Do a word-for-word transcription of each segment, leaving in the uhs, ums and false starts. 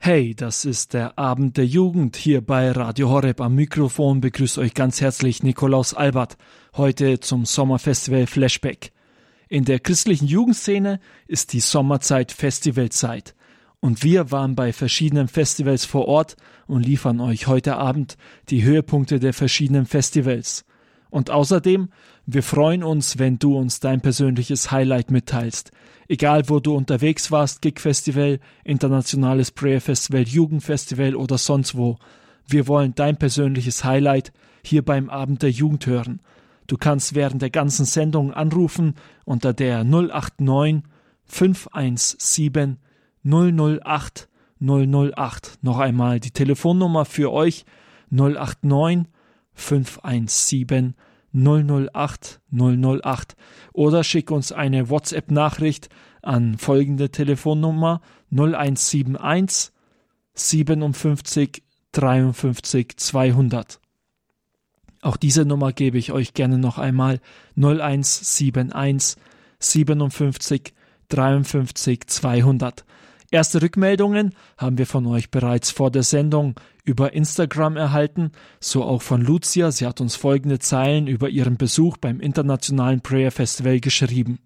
Hey, das ist der Abend der Jugend hier bei Radio Horeb. Am Mikrofon begrüßt euch ganz herzlich Nikolaus Albert, heute zum Sommerfestival Flashback. In der christlichen Jugendszene ist die Sommerzeit Festivalzeit. Und wir waren bei verschiedenen Festivals vor Ort und liefern euch heute Abend die Höhepunkte der verschiedenen Festivals. Und außerdem, wir freuen uns, wenn du uns dein persönliches Highlight mitteilst. Egal, wo du unterwegs warst, Gig-Festival, internationales Prayer-Festival, Jugendfestival oder sonst wo. Wir wollen dein persönliches Highlight hier beim Abend der Jugend hören. Du kannst während der ganzen Sendung anrufen unter der null acht neun fünf eins sieben null null acht null null acht. Noch einmal die Telefonnummer für euch null acht neun fünf eins sieben null null acht null null acht oder schick uns eine WhatsApp-Nachricht an folgende Telefonnummer null eins sieben eins siebenundfünfzig dreiundfünfzig zweihundert. Auch diese Nummer gebe ich euch gerne noch einmal null eins sieben eins siebenundfünfzig dreiundfünfzig zweihundert. Erste Rückmeldungen haben wir von euch bereits vor der Sendung über Instagram erhalten, so auch von Lucia. Sie hat uns folgende Zeilen über ihren Besuch beim Internationalen Prayer Festival geschrieben.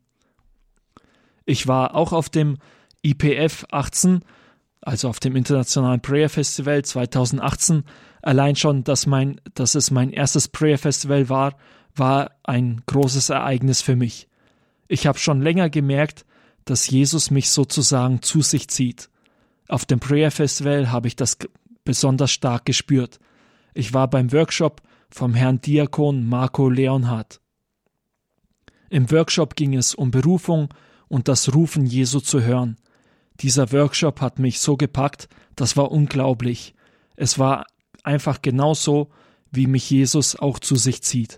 Ich war auch auf dem I P F achtzehn, also auf dem Internationalen Prayer Festival zweitausendachtzehn. Allein schon, dass, mein, dass es mein erstes Prayer Festival war, war ein großes Ereignis für mich. Ich habe schon länger gemerkt, dass Jesus mich sozusagen zu sich zieht. Auf dem Prayer Festival habe ich das g- besonders stark gespürt. Ich war beim Workshop vom Herrn Diakon Marco Leonhardt. Im Workshop ging es um Berufung und das Rufen Jesu zu hören. Dieser Workshop hat mich so gepackt, das war unglaublich. Es war einfach genauso, wie mich Jesus auch zu sich zieht.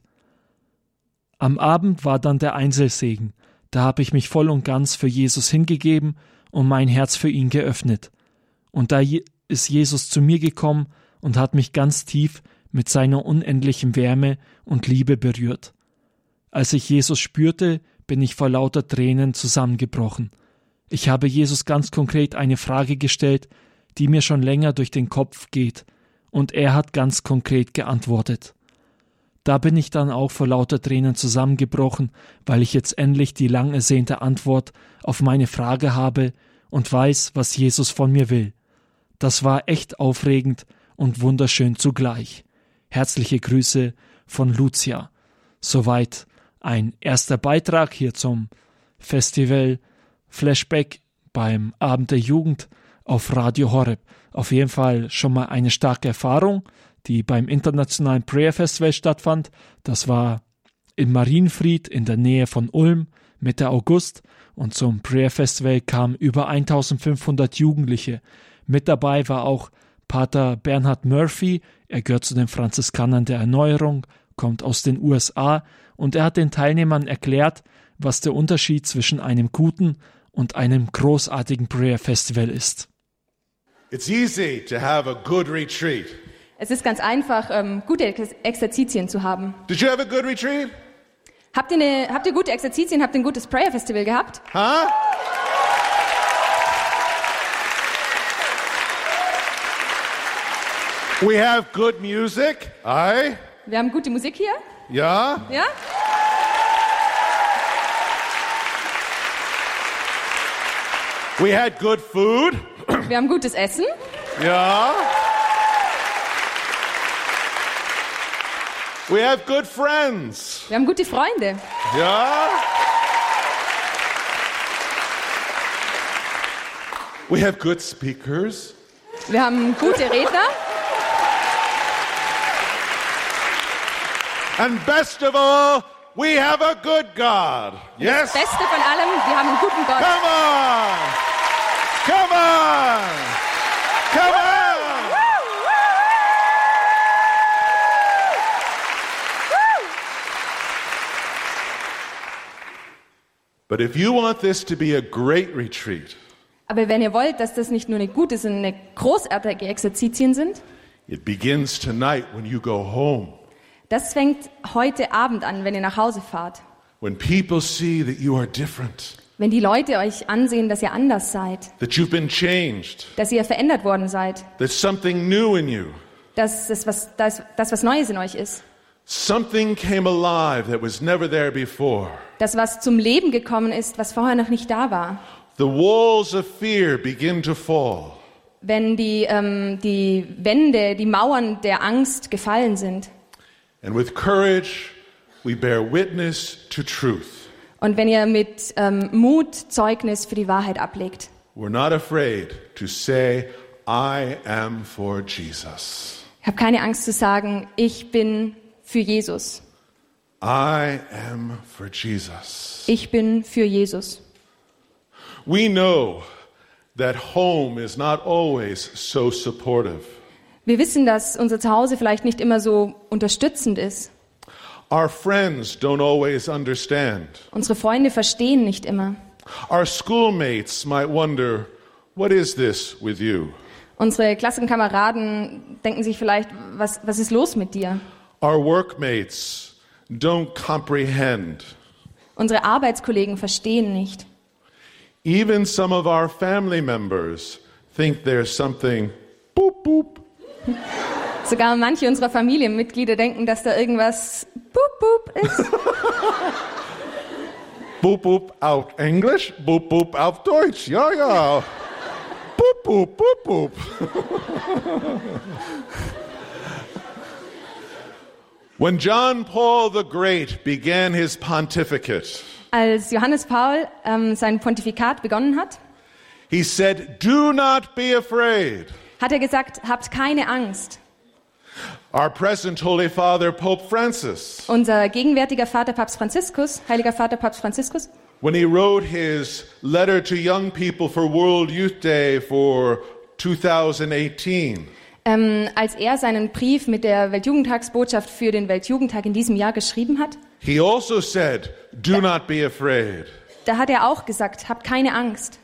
Am Abend war dann der Einzelsegen. Da habe ich mich voll und ganz für Jesus hingegeben und mein Herz für ihn geöffnet. Und da ist Jesus zu mir gekommen und hat mich ganz tief mit seiner unendlichen Wärme und Liebe berührt. Als ich Jesus spürte, bin ich vor lauter Tränen zusammengebrochen. Ich habe Jesus ganz konkret eine Frage gestellt, die mir schon länger durch den Kopf geht, und er hat ganz konkret geantwortet. Da bin ich dann auch vor lauter Tränen zusammengebrochen, weil ich jetzt endlich die lang ersehnte Antwort auf meine Frage habe und weiß, was Jesus von mir will. Das war echt aufregend und wunderschön zugleich. Herzliche Grüße von Lucia. Soweit ein erster Beitrag hier zum Festival Flashback beim Abend der Jugend auf Radio Horeb. Auf jeden Fall schon mal eine starke Erfahrung, die beim Internationalen Prayer Festival stattfand. Das war in Marienfried in der Nähe von Ulm Mitte August und zum Prayer Festival kamen über eintausendfünfhundert Jugendliche. Mit dabei war auch Pater Bernhard Murphy, er gehört zu den Franziskanern der Erneuerung, kommt aus den U S A und er hat den Teilnehmern erklärt, was der Unterschied zwischen einem guten und einem großartigen Prayer Festival ist. It's easy to have a good retreat. Es ist ganz einfach, ähm, gute Ex- Exerzitien zu haben. Did you have a good retreat? Habt ihr, eine, habt ihr gute Exerzitien, habt ihr ein gutes Prayer Festival gehabt? Huh? We have good music. Aye. Wir haben gute Musik hier. Yeah. Ja? We had good food. Wir haben gutes Essen. Yeah. We have good friends. Wir haben gute Freunde. Yeah. We have good speakers. Wir haben gute Redner. And best of all, we have a good God. Yes? Das Beste von allem, wir haben einen guten Gott. Come on! Come on! Come on! But if you want this to be a great retreat, Aber wenn ihr wollt, dass das nicht nur eine gute, sondern eine großartige Exerzitien sind, it begins tonight when you go home. das fängt heute Abend an, wenn ihr nach Hause fahrt. When people see that you are different. Wenn die Leute euch ansehen, dass ihr anders seid, that you've been changed, dass ihr verändert worden seid, there's something new in you. dass das was, das, das was Neues in euch ist, Something came alive that was never there before. dass was zum Leben gekommen ist, was vorher noch nicht da war. The walls of fear begin to fall. Wenn die, ähm, die Wände, die Mauern der Angst gefallen sind. And with courage, we bear witness to truth. Und wenn ihr mit ähm, Mut Zeugnis für die Wahrheit ablegt. We're not afraid to say, I am for Jesus. Ich habe keine Angst zu sagen, ich bin für Jesus. I am for Jesus. Ich bin für Jesus. We know that home is not always so supportive. Wir wissen, dass unser Zuhause vielleicht nicht immer so unterstützend ist. Our friends don't always understand. Unsere Freunde verstehen nicht immer. Our schoolmates might wonder, what is this with you? Unsere Klassenkameraden denken sich vielleicht, was, was ist los mit dir? Our workmates don't comprehend. Unsere Arbeitskollegen verstehen nicht. Even some of our family members think there's something boop boop. Sogar manche unserer Familienmitglieder denken, dass da irgendwas boop boop ist. Boop boop auf Englisch, boop boop auf Deutsch. Ja, ja. Boop boop boop boop. When John Paul the Great began his pontificate, Als Johannes Paul ähm, sein Pontifikat begonnen hat, he said, "Do not be afraid." hat er gesagt, habt keine Angst. Our present Holy Father, Pope Francis, Unser gegenwärtiger Vater Papst Franziskus, heiliger Vater Papst Franziskus, when he wrote his letter to young people for World Youth Day for two thousand eighteen, ähm, als er seinen Brief mit der Weltjugendtagsbotschaft für den Weltjugendtag in diesem Jahr geschrieben hat, he also said, "Do not be afraid." da hat er auch gesagt, habt keine Angst.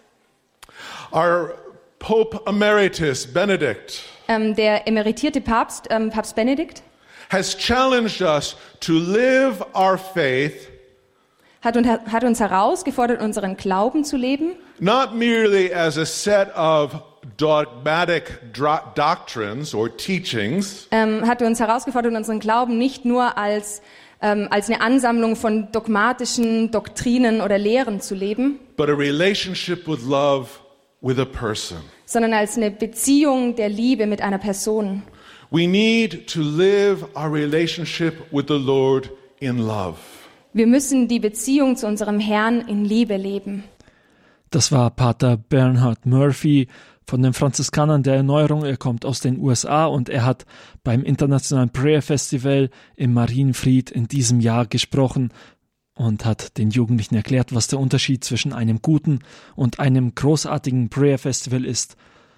Our Pope Emeritus Benedict Ähm, der emeritierte Papst, ähm, Papst Benedikt, has challenged us to live our faith hat, und, hat uns herausgefordert, unseren Glauben zu leben, not merely as a set of dogmatic dro- doctrines or teachings, ähm, hat uns herausgefordert, unseren Glauben nicht nur als, ähm, als eine Ansammlung von dogmatischen Doktrinen oder Lehren zu leben, but a relationship with love with a person. sondern als eine Beziehung der Liebe mit einer Person. We need to live our relationship with the Lord in love. Wir müssen die Beziehung zu unserem Herrn in Liebe leben. Das war Pater Bernhard Murphy von den Franziskanern der Erneuerung. Er kommt aus den U S A und er hat beim Internationalen Prayer Festival im Marienfried in diesem Jahr gesprochen und hat den Jugendlichen erklärt, was der Unterschied zwischen einem guten und einem großartigen Prayer Festival ist.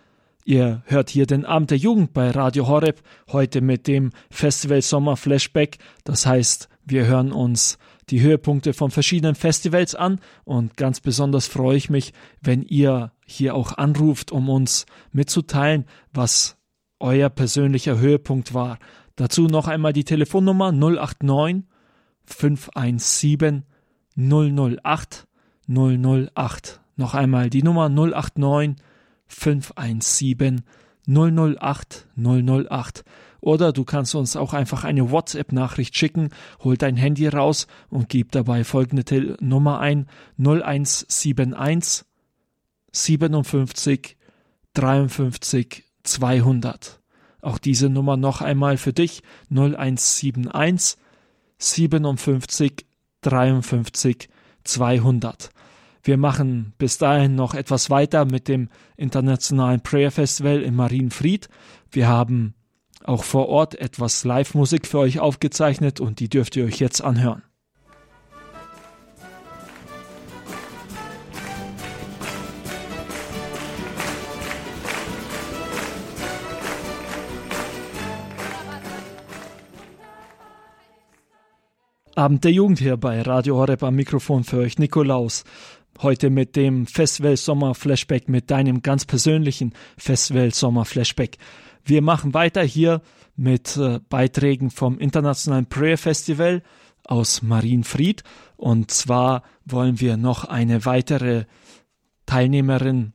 Ihr hört hier den Abend der Jugend bei Radio Horeb, heute mit dem Festival Sommer Flashback. Das heißt, wir hören uns die Höhepunkte von verschiedenen Festivals an und ganz besonders freue ich mich, wenn ihr hier auch anruft, um uns mitzuteilen, was euer persönlicher Höhepunkt war. Dazu noch einmal die Telefonnummer null acht neun fünf eins sieben null null acht null null acht. Noch einmal die Nummer null acht neun fünf eins sieben null null acht null null acht. Oder du kannst uns auch einfach eine WhatsApp-Nachricht schicken, hol dein Handy raus und gib dabei folgende Tel- Nummer ein: null eins sieben eins siebenundfünfzig dreiundfünfzig zweihundert. Auch diese Nummer noch einmal für dich: null eins sieben eins siebenundfünfzig dreiundfünfzig zweihundert. Wir machen bis dahin noch etwas weiter mit dem Internationalen Prayer Festival in Marienfried. Wir haben auch vor Ort etwas Live-Musik für euch aufgezeichnet und die dürft ihr euch jetzt anhören. Abend der Jugend hier bei Radio Horeb, am Mikrofon für euch Nikolaus. Heute mit dem Festival Sommer Flashback, mit deinem ganz persönlichen Festival Sommer Flashback. Wir machen weiter hier mit äh, Beiträgen vom Internationalen Prayer Festival. aus Marienfried. Und zwar wollen wir noch eine weitere Teilnehmerin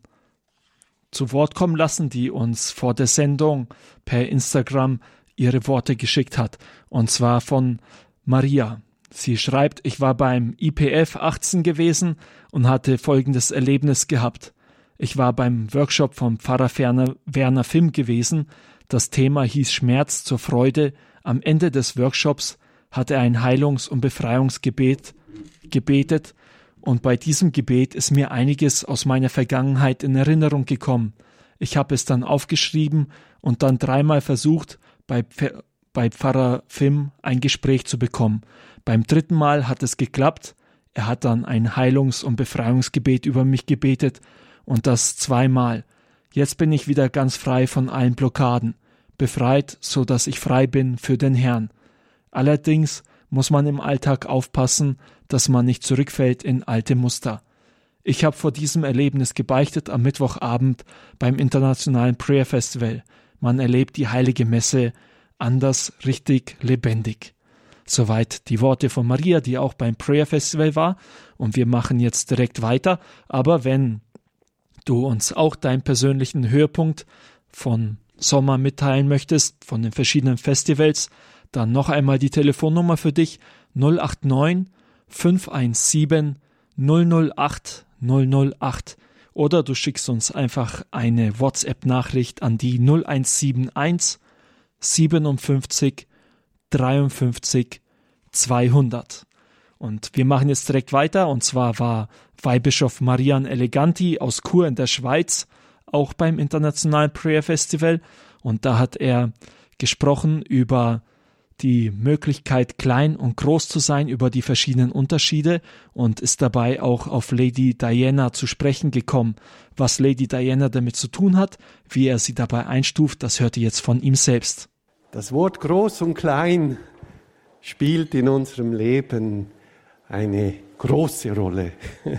zu Wort kommen lassen, die uns vor der Sendung per Instagram ihre Worte geschickt hat. Und zwar von Maria. Sie schreibt, ich war beim I P F achtzehn gewesen und hatte folgendes Erlebnis gehabt. Ich war beim Workshop vom Pfarrer Werner, Werner Fimm gewesen. Das Thema hieß Schmerz zur Freude. Am Ende des Workshops hat er ein Heilungs- und Befreiungsgebet gebetet. Und bei diesem Gebet ist mir einiges aus meiner Vergangenheit in Erinnerung gekommen. Ich habe es dann aufgeschrieben und dann dreimal versucht, bei, bei Pfarrer Fimm ein Gespräch zu bekommen. Beim dritten Mal hat es geklappt. Er hat dann ein Heilungs- und Befreiungsgebet über mich gebetet und das zweimal. Jetzt bin ich wieder ganz frei von allen Blockaden, befreit, so dass ich frei bin für den Herrn. Allerdings muss man im Alltag aufpassen, dass man nicht zurückfällt in alte Muster. Ich habe vor diesem Erlebnis gebeichtet am Mittwochabend beim Internationalen Prayer Festival. Man erlebt die heilige Messe anders, richtig, lebendig. Soweit die Worte von Maria, die auch beim Prayer Festival war. Und wir machen jetzt direkt weiter. Aber wenn du uns auch deinen persönlichen Höhepunkt von Sommer mitteilen möchtest, von den verschiedenen Festivals, dann noch einmal die Telefonnummer für dich null acht neun fünf eins sieben null null acht null null acht oder du schickst uns einfach eine WhatsApp-Nachricht an die null eins sieben eins siebenundfünfzig dreiundfünfzig zweihundert. Und wir machen jetzt direkt weiter, und zwar war Weihbischof Marian Eleganti aus Chur in der Schweiz auch beim Internationalen Prayer Festival, und da hat er gesprochen über die Möglichkeit, klein und groß zu sein, über die verschiedenen Unterschiede, und ist dabei auch auf Lady Diana zu sprechen gekommen. Was Lady Diana damit zu tun hat, wie er sie dabei einstuft, das hört ihr jetzt von ihm selbst. Das Wort groß und klein spielt in unserem Leben eine große Rolle.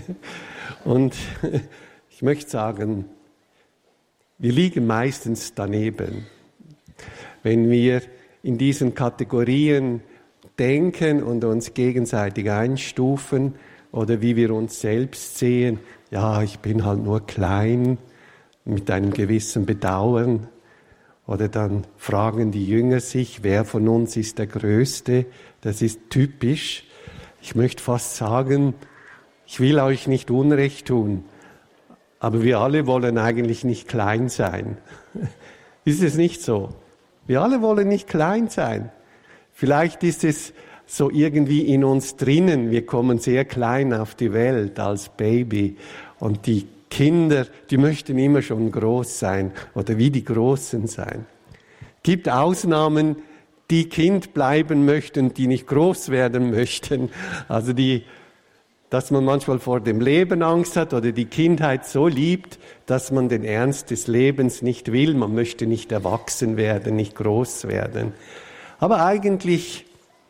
Und ich möchte sagen, wir liegen meistens daneben, wenn wir in diesen Kategorien denken und uns gegenseitig einstufen oder wie wir uns selbst sehen. Ja, ich bin halt nur klein, mit einem gewissen Bedauern. Oder dann fragen die Jünger sich, wer von uns ist der Größte? Das ist typisch. Ich möchte fast sagen, ich will euch nicht Unrecht tun, aber wir alle wollen eigentlich nicht klein sein. Ist es nicht so? Wir alle wollen nicht klein sein. Vielleicht ist es so irgendwie in uns drinnen. Wir kommen sehr klein auf die Welt als Baby. Und die Kinder, die möchten immer schon groß sein oder wie die Großen sein. Es gibt Ausnahmen, die Kind bleiben möchten, die nicht groß werden möchten. Also die, dass man manchmal vor dem Leben Angst hat oder die Kindheit so liebt, dass man den Ernst des Lebens nicht will. Man möchte nicht erwachsen werden, nicht groß werden. Aber eigentlich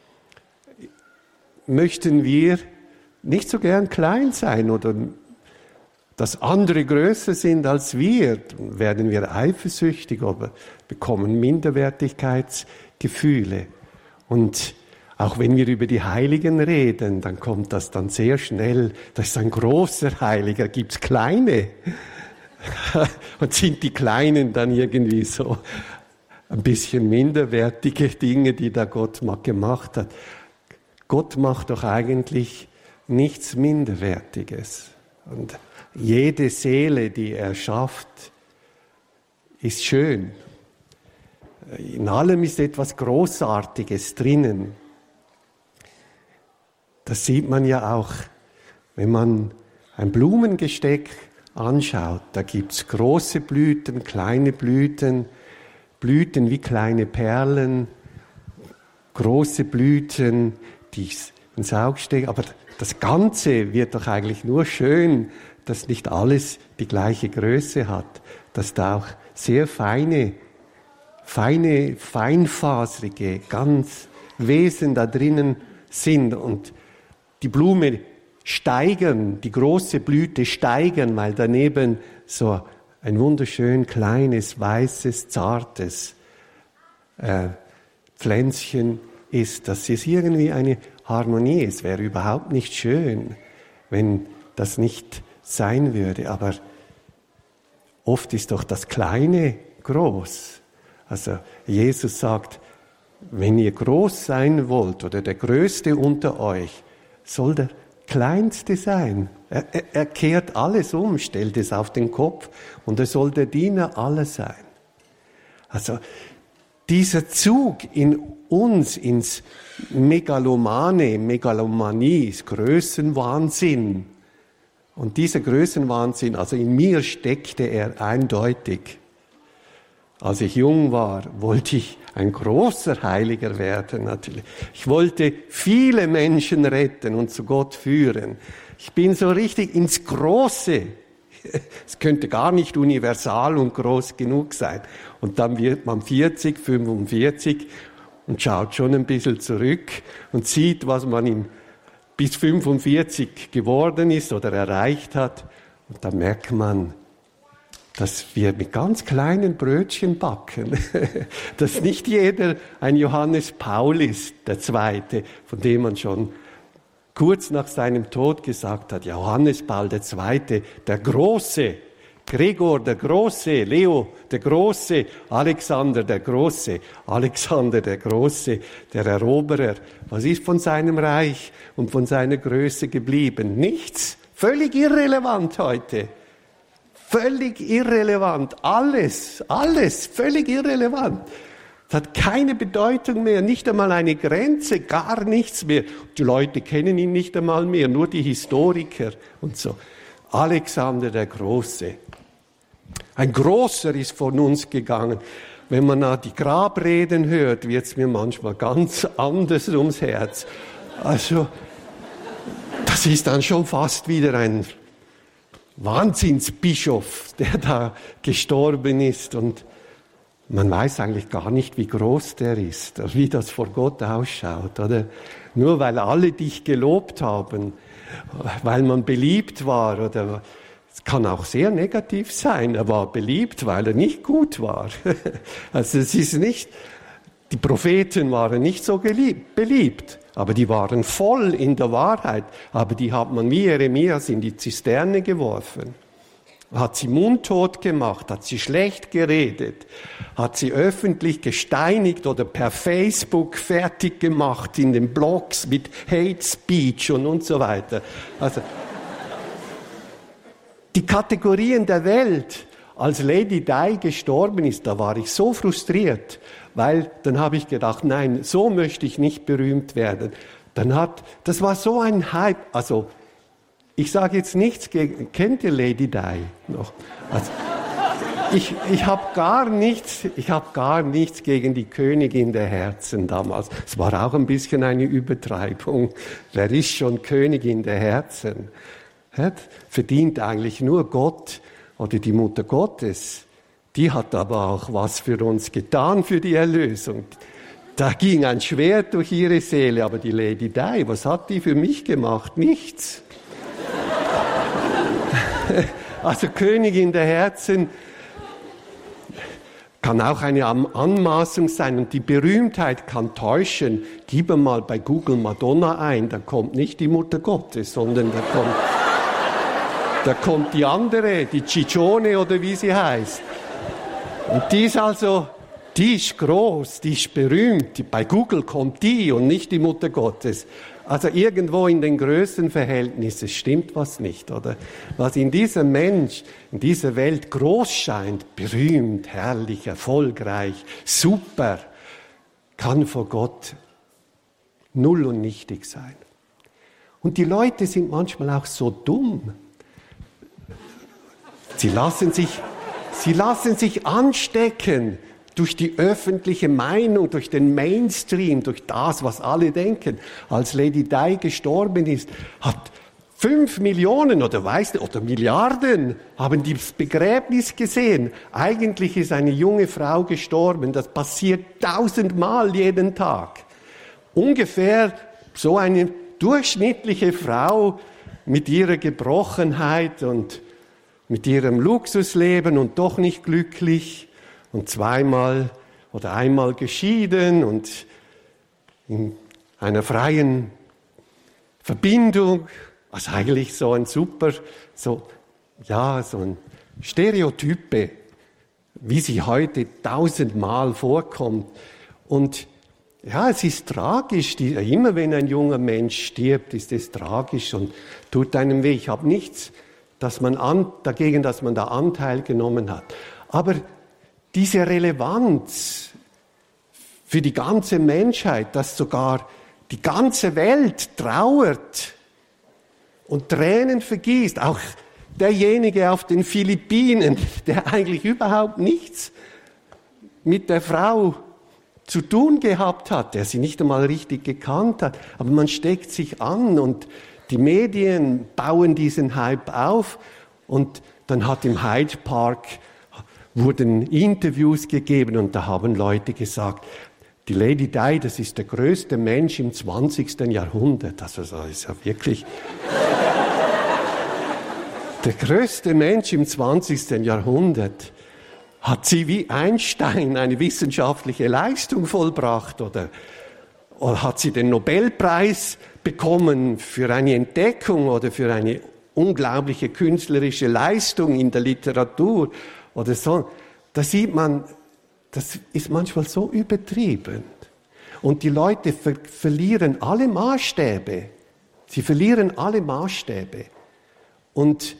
möchten wir nicht so gern klein sein oder dass andere größer sind als wir. Dann werden wir eifersüchtig oder bekommen Minderwertigkeitsgefühle. Und auch wenn wir über die Heiligen reden, dann kommt das dann sehr schnell. Das ist ein großer Heiliger, gibt's kleine. Und sind die Kleinen dann irgendwie so ein bisschen minderwertige Dinge, die da Gott mal gemacht hat. Gott macht doch eigentlich nichts Minderwertiges. Und jede Seele, die er schafft, ist schön. In allem ist etwas Großartiges drinnen. Das sieht man ja auch, wenn man ein Blumengesteck anschaut. Da gibt's große Blüten, kleine Blüten, Blüten wie kleine Perlen, große Blüten, die ins Auge stechen. Aber das Ganze wird doch eigentlich nur schön, dass nicht alles die gleiche Größe hat, dass da auch sehr feine, feine, feinfaserige, ganz Wesen da drinnen sind und die Blume steigern, die große Blüte steigern, weil daneben so ein wunderschön kleines, weißes, zartes äh, Pflänzchen ist. Das ist irgendwie eine Harmonie. Es wäre überhaupt nicht schön, wenn das nicht sein würde. Aber oft ist doch das Kleine groß. Also Jesus sagt, wenn ihr groß sein wollt oder der Größte unter euch, soll der Kleinste sein. Er, er, er kehrt alles um, stellt es auf den Kopf und er soll der Diener aller sein. Also dieser Zug in uns ins Megalomane, Megalomanie ist Größenwahnsinn. Und dieser Größenwahnsinn, also in mir steckte er eindeutig. Als ich jung war, wollte ich ein großer Heiliger werden, natürlich. Ich wollte viele Menschen retten und zu Gott führen. Ich bin so richtig ins Große. Es könnte gar nicht universal und groß genug sein. Und dann wird man vierzig, fünfundvierzig und schaut schon ein bisschen zurück und sieht, was man im, bis fünfundvierzig geworden ist oder erreicht hat. Und dann merkt man, dass wir mit ganz kleinen Brötchen backen, dass nicht jeder ein Johannes Paul ist, der Zweite, von dem man schon kurz nach seinem Tod gesagt hat, Johannes Paul der Zweite, der Große, Gregor der Große, Leo der Große, Alexander der Große, Alexander der Große, der Eroberer. Was ist von seinem Reich und von seiner Größe geblieben? Nichts, völlig irrelevant heute. Völlig irrelevant. Alles, alles, völlig irrelevant. Es hat keine Bedeutung mehr, nicht einmal eine Grenze, gar nichts mehr. Die Leute kennen ihn nicht einmal mehr, nur die Historiker und so. Alexander der Große. Ein Großer ist von uns gegangen. Wenn man die Grabreden hört, wird es mir manchmal ganz anders ums Herz. Also, das ist dann schon fast wieder ein Wahnsinnsbischof, der da gestorben ist und man weiß eigentlich gar nicht, wie groß der ist, wie das vor Gott ausschaut, oder? Nur weil alle dich gelobt haben, weil man beliebt war, oder es kann auch sehr negativ sein, er war beliebt, weil er nicht gut war. Also es ist nicht, die Propheten waren nicht so geliebt, beliebt. Aber die waren voll in der Wahrheit. Aber die hat man wie Jeremias in die Zisterne geworfen. Hat sie mundtot gemacht, hat sie schlecht geredet, hat sie öffentlich gesteinigt oder per Facebook fertig gemacht in den Blogs mit Hate Speech und, und so weiter. Also, die Kategorien der Welt, als Lady Di gestorben ist, da war ich so frustriert, weil dann habe ich gedacht, nein, so möchte ich nicht berühmt werden. Dann hat, das war so ein Hype, also ich sage jetzt nichts gegen, kennt ihr Lady Di noch? Also, ich ich habe gar nichts, ich habe gar nichts gegen die Königin der Herzen damals. Es war auch ein bisschen eine Übertreibung. Wer ist schon Königin der Herzen? Verdient eigentlich nur Gott oder die Mutter Gottes. Die hat aber auch was für uns getan, für die Erlösung. Da ging ein Schwert durch ihre Seele, aber die Lady Di, was hat die für mich gemacht? Nichts. Also Königin der Herzen kann auch eine Anmaßung sein und die Berühmtheit kann täuschen. Gib mal bei Google Madonna ein, da kommt nicht die Mutter Gottes, sondern da kommt, da kommt die andere, die Ciccione oder wie sie heißt. Und die ist also, die ist groß, die ist berühmt. Bei Google kommt die und nicht die Mutter Gottes. Also irgendwo in den Größenverhältnissen stimmt was nicht, oder? Was in diesem Mensch, in dieser Welt groß scheint, berühmt, herrlich, erfolgreich, super, kann vor Gott null und nichtig sein. Und die Leute sind manchmal auch so dumm. Sie lassen sich, sie lassen sich anstecken durch die öffentliche Meinung, durch den Mainstream, durch das, was alle denken. Als Lady Di gestorben ist, hat fünf Millionen oder weiß nicht, oder Milliarden haben das Begräbnis gesehen. Eigentlich ist eine junge Frau gestorben. Das passiert tausendmal jeden Tag. Ungefähr so eine durchschnittliche Frau mit ihrer Gebrochenheit und mit ihrem Luxusleben und doch nicht glücklich. Und zweimal oder einmal geschieden und in einer freien Verbindung, also eigentlich so ein super, so, ja, so ein Stereotype, wie sie heute tausendmal vorkommt. Und ja, es ist tragisch, die, immer wenn ein junger Mensch stirbt, ist es tragisch und tut einem weh. Ich habe nichts dass man an, dagegen, dass man da Anteil genommen hat. Aber diese Relevanz für die ganze Menschheit, dass sogar die ganze Welt trauert und Tränen vergießt, auch derjenige auf den Philippinen, der eigentlich überhaupt nichts mit der Frau zu tun gehabt hat, der sie nicht einmal richtig gekannt hat, aber man steckt sich an und die Medien bauen diesen Hype auf und dann hat im Hyde Park wurden Interviews gegeben und da haben Leute gesagt, die Lady Di, das ist der größte Mensch im zwanzigsten Jahrhundert. Also das ist ja wirklich der größte Mensch im zwanzigsten Jahrhundert. Hat sie wie Einstein eine wissenschaftliche Leistung vollbracht oder, oder hat sie den Nobelpreis bekommen für eine Entdeckung oder für eine unglaubliche künstlerische Leistung in der Literatur oder so? Da sieht man, das ist manchmal so übertrieben. Und die Leute ver- verlieren alle Maßstäbe. Sie verlieren alle Maßstäbe. Und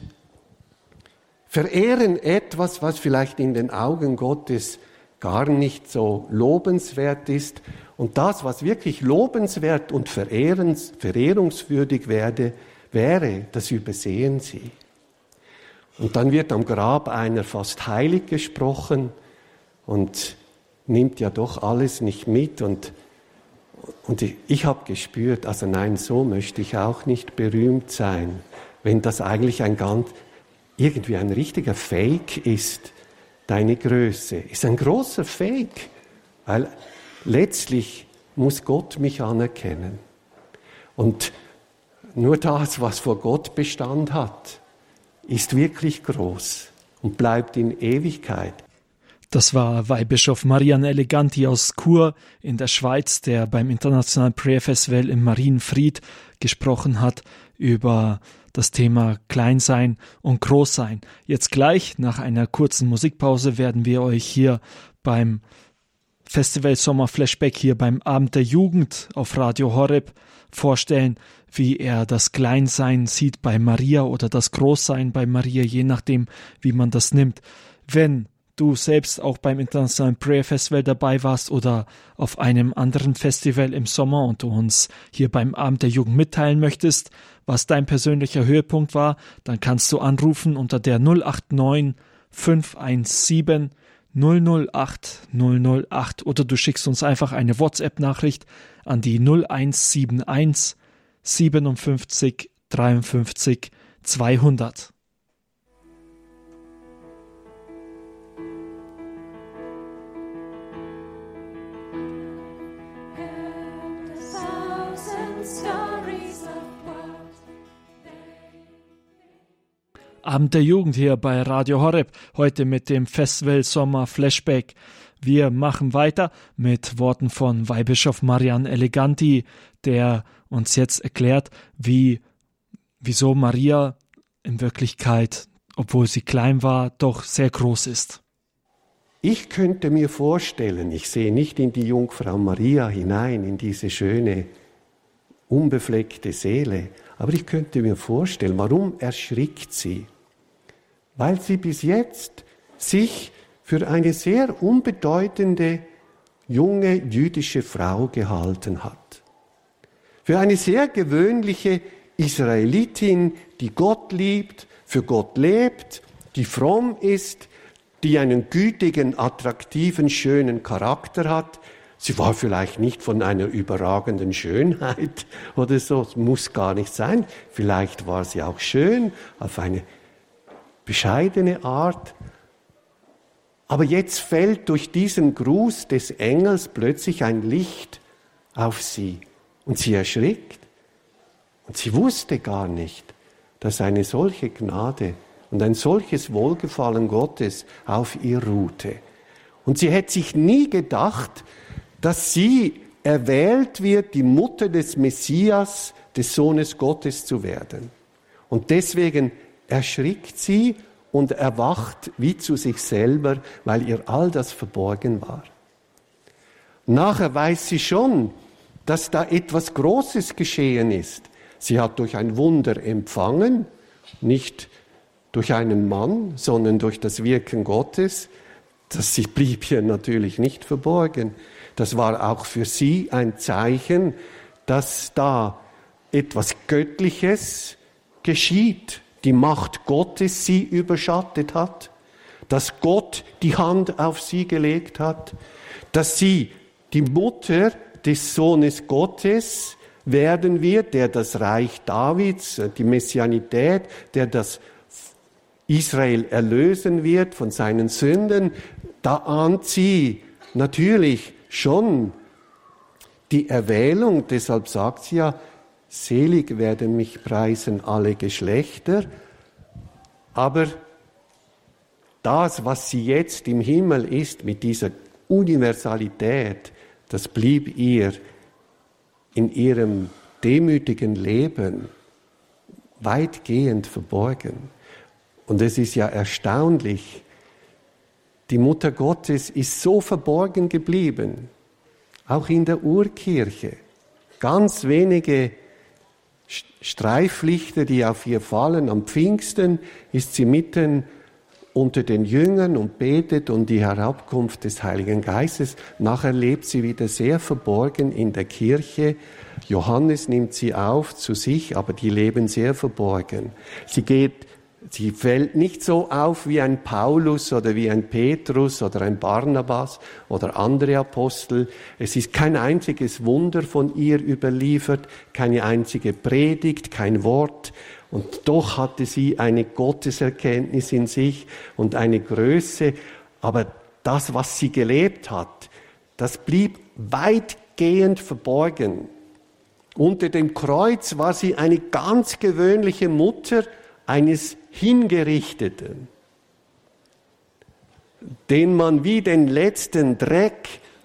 verehren etwas, was vielleicht in den Augen Gottes gar nicht so lobenswert ist. Und das, was wirklich lobenswert und verehrens, verehrungswürdig werde, wäre, das übersehen sie. Und dann wird am Grab einer fast heilig gesprochen und nimmt ja doch alles nicht mit. Und, und ich, ich habe gespürt, also nein, so möchte ich auch nicht berühmt sein, wenn das eigentlich ein ganz, irgendwie ein richtiger Fake ist, deine Größe. Ist ein großer Fake, weil letztlich muss Gott mich anerkennen. Und nur das, was vor Gott Bestand hat, ist wirklich groß und bleibt in Ewigkeit. Das war Weihbischof Marian Eleganti aus Chur in der Schweiz, der beim Internationalen Prayer Festival im Marienfried gesprochen hat über das Thema Kleinsein und Großsein. Jetzt gleich, nach einer kurzen Musikpause, werden wir euch hier beim Festival Sommer Flashback, hier beim Abend der Jugend auf Radio Horeb vorstellen, wie er das Kleinsein sieht bei Maria oder das Großsein bei Maria, je nachdem, wie man das nimmt. Wenn du selbst auch beim Internationalen Prayer Festival dabei warst oder auf einem anderen Festival im Sommer und du uns hier beim Abend der Jugend mitteilen möchtest, was dein persönlicher Höhepunkt war, dann kannst du anrufen unter der null acht neun fünf eins sieben null null acht null null acht oder du schickst uns einfach eine WhatsApp-Nachricht an die null eins sieben eins siebenundfünfzig dreiundfünfzig zweihundert. Abend der Jugend hier bei Radio Horeb, heute mit dem Festival Sommer Flashback. Wir machen weiter mit Worten von Weihbischof Marian Eleganti, der uns jetzt erklärt, wie, wieso Maria in Wirklichkeit, obwohl sie klein war, doch sehr groß ist. Ich könnte mir vorstellen, ich sehe nicht in die Jungfrau Maria hinein, in diese schöne, unbefleckte Seele, aber ich könnte mir vorstellen, warum erschrickt sie? Weil sie bis jetzt sich für eine sehr unbedeutende junge jüdische Frau gehalten hat. Für eine sehr gewöhnliche Israelitin, die Gott liebt, für Gott lebt, die fromm ist, die einen gütigen, attraktiven, schönen Charakter hat. Sie war vielleicht nicht von einer überragenden Schönheit oder so, es muss gar nicht sein. Vielleicht war sie auch schön, auf eine bescheidene Art. Aber jetzt fällt durch diesen Gruß des Engels plötzlich ein Licht auf sie und sie erschrickt. Und sie wusste gar nicht, dass eine solche Gnade und ein solches Wohlgefallen Gottes auf ihr ruhte. Und sie hätte sich nie gedacht, dass sie erwählt wird, die Mutter des Messias, des Sohnes Gottes zu werden. Und deswegen erschrickt sie und erwacht wie zu sich selber, weil ihr all das verborgen war. Nachher weiß sie schon, dass da etwas Großes geschehen ist. Sie hat durch ein Wunder empfangen, nicht durch einen Mann, sondern durch das Wirken Gottes. Das blieb ihr natürlich nicht verborgen. Das war auch für sie ein Zeichen, dass da etwas Göttliches geschieht. Die Macht Gottes sie überschattet hat, dass Gott die Hand auf sie gelegt hat, dass sie die Mutter des Sohnes Gottes werden wird, der das Reich Davids, die Messianität, der das Israel erlösen wird von seinen Sünden. Da ahnt sie natürlich schon die Erwählung, deshalb sagt sie ja, selig werden mich preisen alle Geschlechter, aber das, was sie jetzt im Himmel ist, mit dieser Universalität, das blieb ihr in ihrem demütigen Leben weitgehend verborgen. Und es ist ja erstaunlich, die Mutter Gottes ist so verborgen geblieben, auch in der Urkirche. Ganz wenige Streiflichter, die auf ihr fallen. Am Pfingsten ist sie mitten unter den Jüngern und betet um die Herabkunft des Heiligen Geistes. Nachher lebt sie wieder sehr verborgen in der Kirche. Johannes nimmt sie auf zu sich, aber die leben sehr verborgen. Sie geht, sie fällt nicht so auf wie ein Paulus oder wie ein Petrus oder ein Barnabas oder andere Apostel. Es ist kein einziges Wunder von ihr überliefert, keine einzige Predigt, kein Wort. Und doch hatte sie eine Gotteserkenntnis in sich und eine Größe. Aber das, was sie gelebt hat, das blieb weitgehend verborgen. Unter dem Kreuz war sie eine ganz gewöhnliche Mutter eines Hingerichteten, den man wie den letzten Dreck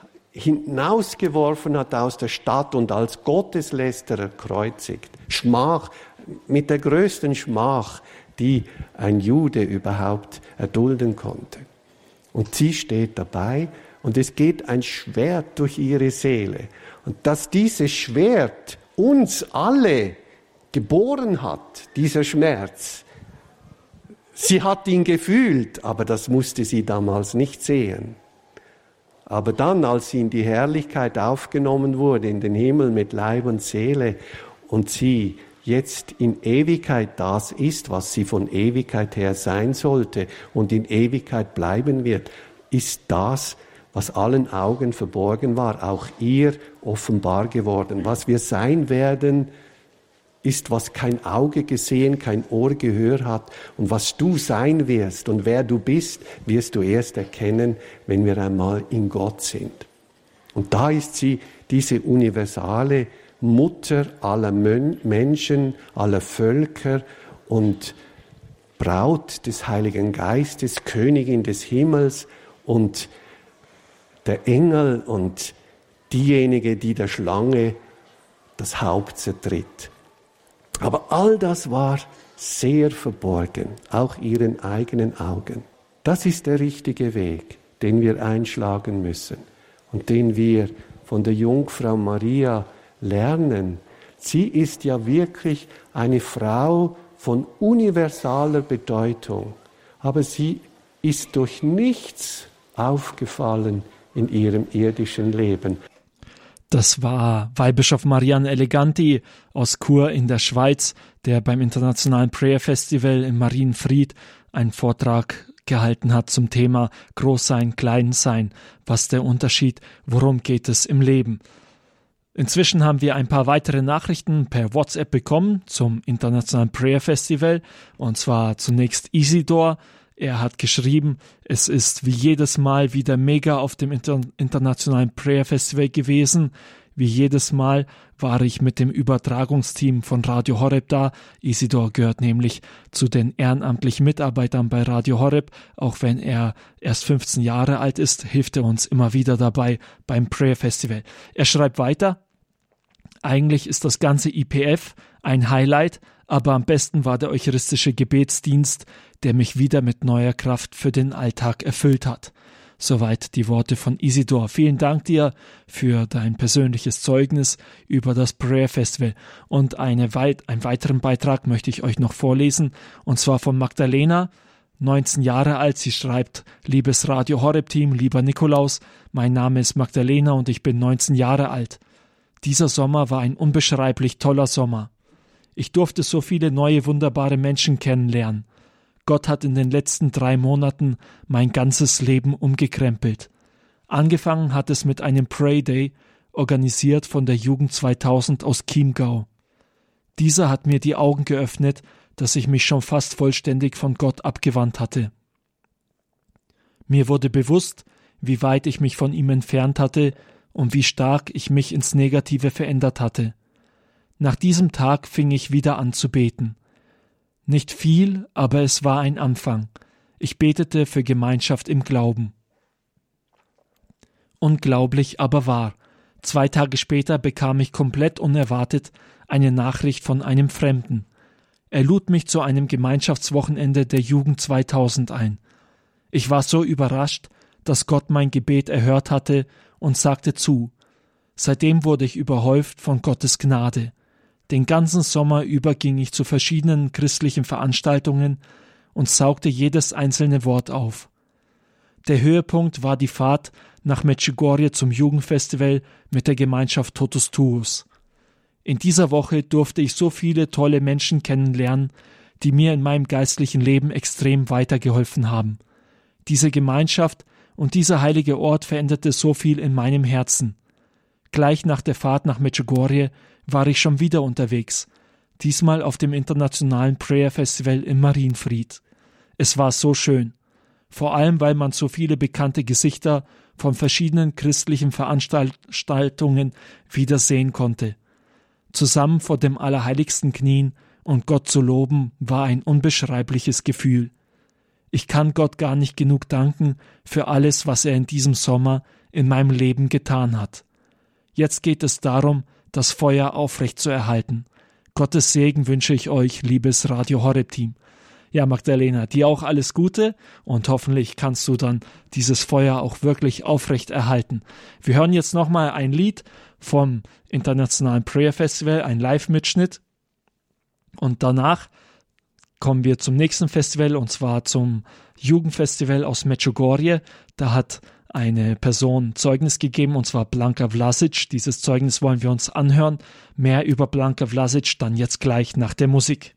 hinausgeworfen hat aus der Stadt und als Gotteslästerer kreuzigt. Schmach, mit der größten Schmach, die ein Jude überhaupt erdulden konnte. Und sie steht dabei und es geht ein Schwert durch ihre Seele. Und dass dieses Schwert uns alle geboren hat, dieser Schmerz, sie hat ihn gefühlt, aber das musste sie damals nicht sehen. Aber dann, als sie in die Herrlichkeit aufgenommen wurde, in den Himmel mit Leib und Seele, und sie jetzt in Ewigkeit das ist, was sie von Ewigkeit her sein sollte und in Ewigkeit bleiben wird, ist das, was allen Augen verborgen war, auch ihr offenbar geworden. Was wir sein werden, ist, was kein Auge gesehen, kein Ohr gehört hat. Und was du sein wirst und wer du bist, wirst du erst erkennen, wenn wir einmal in Gott sind. Und da ist sie, diese universale Mutter aller Menschen, aller Völker und Braut des Heiligen Geistes, Königin des Himmels und der Engel und diejenige, die der Schlange das Haupt zertritt. Aber all das war sehr verborgen, auch ihren eigenen Augen. Das ist der richtige Weg, den wir einschlagen müssen und den wir von der Jungfrau Maria lernen. Sie ist ja wirklich eine Frau von universaler Bedeutung, aber sie ist durch nichts aufgefallen in ihrem irdischen Leben. Das war Weihbischof Marian Eleganti aus Chur in der Schweiz, der beim Internationalen Prayer Festival in Marienfried einen Vortrag gehalten hat zum Thema Großsein, Kleinsein, was der Unterschied, worum geht es im Leben. Inzwischen haben wir ein paar weitere Nachrichten per WhatsApp bekommen zum Internationalen Prayer Festival, und zwar zunächst Isidor. Er hat geschrieben, es ist wie jedes Mal wieder mega auf dem Inter- Internationalen Prayer Festival gewesen. Wie jedes Mal war ich mit dem Übertragungsteam von Radio Horeb da. Isidor gehört nämlich zu den ehrenamtlichen Mitarbeitern bei Radio Horeb. Auch wenn er erst fünfzehn Jahre alt ist, hilft er uns immer wieder dabei beim Prayer Festival. Er schreibt weiter: Eigentlich ist das ganze I P F ein Highlight, aber am besten war der eucharistische Gebetsdienst, der mich wieder mit neuer Kraft für den Alltag erfüllt hat. Soweit die Worte von Isidor. Vielen Dank dir für dein persönliches Zeugnis über das Prayer Festival. Und eine weit, einen weiteren Beitrag möchte ich euch noch vorlesen, und zwar von Magdalena, neunzehn Jahre alt. Sie schreibt: Liebes Radio Horeb Team, lieber Nikolaus, mein Name ist Magdalena und ich bin neunzehn Jahre alt. Dieser Sommer war ein unbeschreiblich toller Sommer. Ich durfte so viele neue, wunderbare Menschen kennenlernen. Gott hat in den letzten drei Monaten mein ganzes Leben umgekrempelt. Angefangen hat es mit einem Pray Day, organisiert von der Jugend zweitausend aus Chiemgau. Dieser hat mir die Augen geöffnet, dass ich mich schon fast vollständig von Gott abgewandt hatte. Mir wurde bewusst, wie weit ich mich von ihm entfernt hatte und wie stark ich mich ins Negative verändert hatte. Nach diesem Tag fing ich wieder an zu beten. Nicht viel, aber es war ein Anfang. Ich betete für Gemeinschaft im Glauben. Unglaublich, aber wahr. Zwei Tage später bekam ich komplett unerwartet eine Nachricht von einem Fremden. Er lud mich zu einem Gemeinschaftswochenende der Jugend zweitausend ein. Ich war so überrascht, dass Gott mein Gebet erhört hatte und sagte zu. Seitdem wurde ich überhäuft von Gottes Gnade. Den ganzen Sommer über ging ich zu verschiedenen christlichen Veranstaltungen und saugte jedes einzelne Wort auf. Der Höhepunkt war die Fahrt nach Medjugorje zum Jugendfestival mit der Gemeinschaft Totus Tuus. In dieser Woche durfte ich so viele tolle Menschen kennenlernen, die mir in meinem geistlichen Leben extrem weitergeholfen haben. Diese Gemeinschaft und dieser heilige Ort veränderte so viel in meinem Herzen. Gleich nach der Fahrt nach Medjugorje war ich schon wieder unterwegs, diesmal auf dem internationalen Prayer Festival in Marienfried. Es war so schön, vor allem weil man so viele bekannte Gesichter von verschiedenen christlichen Veranstaltungen wiedersehen konnte. Zusammen vor dem Allerheiligsten knien und Gott zu loben, war ein unbeschreibliches Gefühl. Ich kann Gott gar nicht genug danken für alles, was er in diesem Sommer in meinem Leben getan hat. Jetzt geht es darum, das Feuer aufrechtzuerhalten. Gottes Segen wünsche ich euch, liebes Radio Horeb Team. Ja, Magdalena, dir auch alles Gute und hoffentlich kannst du dann dieses Feuer auch wirklich aufrecht erhalten. Wir hören jetzt nochmal ein Lied vom Internationalen Prayer Festival, ein Live-Mitschnitt, und danach kommen wir zum nächsten Festival, und zwar zum Jugendfestival aus Medjugorje. Da hat eine Person Zeugnis gegeben, und zwar Blanka Vlasic. Dieses Zeugnis wollen wir uns anhören. Mehr über Blanka Vlasic dann jetzt gleich nach der Musik.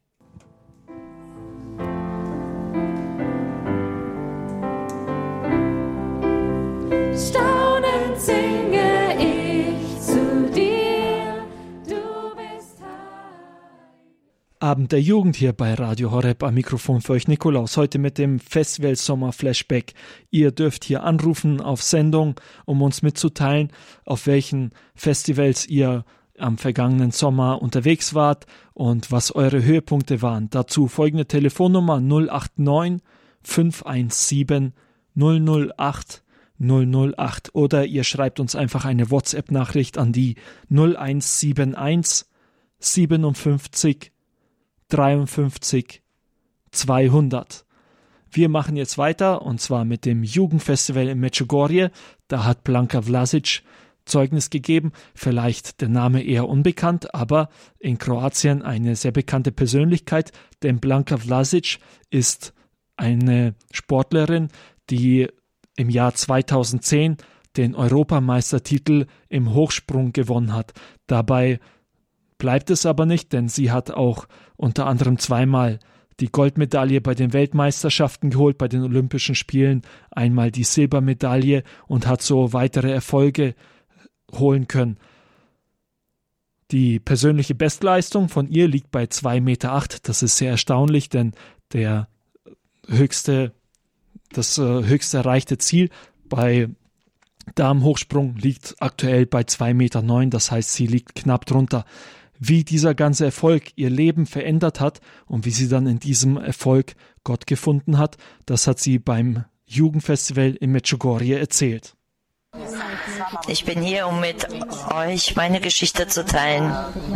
Staunend singe ich zu dir, du bist heil. Abend der Jugend hier bei Radio Horeb, am Mikrofon für euch Nikolaus, heute mit dem Festival Sommer Flashback. Ihr dürft hier anrufen auf Sendung, um uns mitzuteilen, auf welchen Festivals ihr am vergangenen Sommer unterwegs wart und was eure Höhepunkte waren. Dazu folgende Telefonnummer null acht neun fünf eins sieben null null acht null null acht oder ihr schreibt uns einfach eine WhatsApp-Nachricht an die null eins sieben eins siebenundfünfzig dreiundfünfzig zweihundert. Wir machen jetzt weiter, und zwar mit dem Jugendfestival in Medjugorje. Da hat Blanka Vlasic Zeugnis gegeben, vielleicht der Name eher unbekannt, aber in Kroatien eine sehr bekannte Persönlichkeit, denn Blanka Vlasic ist eine Sportlerin, die im Jahr zweitausendzehn den Europameistertitel im Hochsprung gewonnen hat. Dabei bleibt es aber nicht, denn sie hat auch unter anderem zweimal die Goldmedaille bei den Weltmeisterschaften geholt, bei den Olympischen Spielen, einmal die Silbermedaille und hat so weitere Erfolge holen können. Die persönliche Bestleistung von ihr liegt bei zwei Meter acht. Das ist sehr erstaunlich, denn der höchste, das äh, höchste erreichte Ziel bei Damenhochsprung liegt aktuell bei zwei Meter neun. Das heißt, sie liegt knapp drunter. Wie dieser ganze Erfolg ihr Leben verändert hat und wie sie dann in diesem Erfolg Gott gefunden hat, das hat sie beim Jugendfestival in Medjugorje erzählt. Ich bin hier, um mit euch meine Geschichte zu teilen.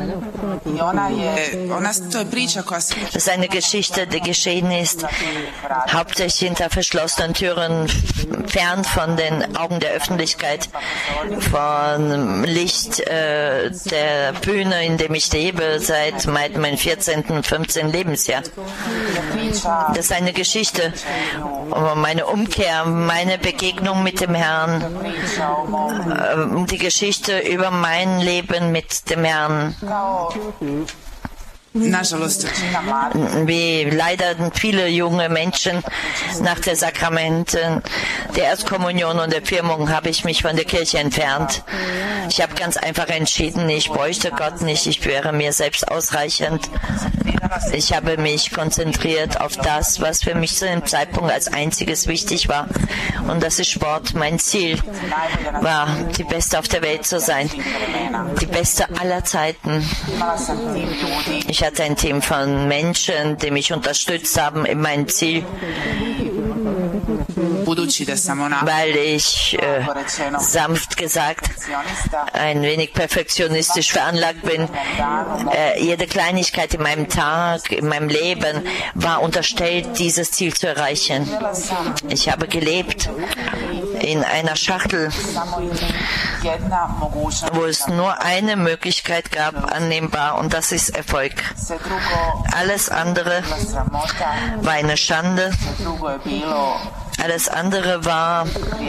Das ist eine Geschichte, die geschehen ist, hauptsächlich hinter verschlossenen Türen, fern von den Augen der Öffentlichkeit, von Licht äh, der Bühne, in dem ich lebe, seit meinem vierzehnten, fünfzehnten Lebensjahr. Das ist eine Geschichte über meine Umkehr, meine Begegnung mit dem Herrn, äh, die Geschichte über mein Leben mit dem Herrn. Wie leider viele junge Menschen nach der Sakramenten, der Erstkommunion und der Firmung habe ich mich von der Kirche entfernt. Ich habe ganz einfach entschieden, ich bräuchte Gott nicht, ich wäre mir selbst ausreichend. Ich habe mich konzentriert auf das, was für mich zu dem Zeitpunkt als einziges wichtig war. Und das ist Sport. Mein Ziel war, die Beste auf der Welt zu sein. Die Beste aller Zeiten. Ich hatte ein Team von Menschen, die mich unterstützt haben in meinem Ziel. Weil ich, äh, sanft gesagt, ein wenig perfektionistisch veranlagt bin. Äh, jede Kleinigkeit in meinem Tag, in meinem Leben war unterstellt, dieses Ziel zu erreichen. Ich habe gelebt in einer Schachtel, wo es nur eine Möglichkeit gab, annehmbar, und das ist Erfolg. Alles andere war eine Schande. Alles andere war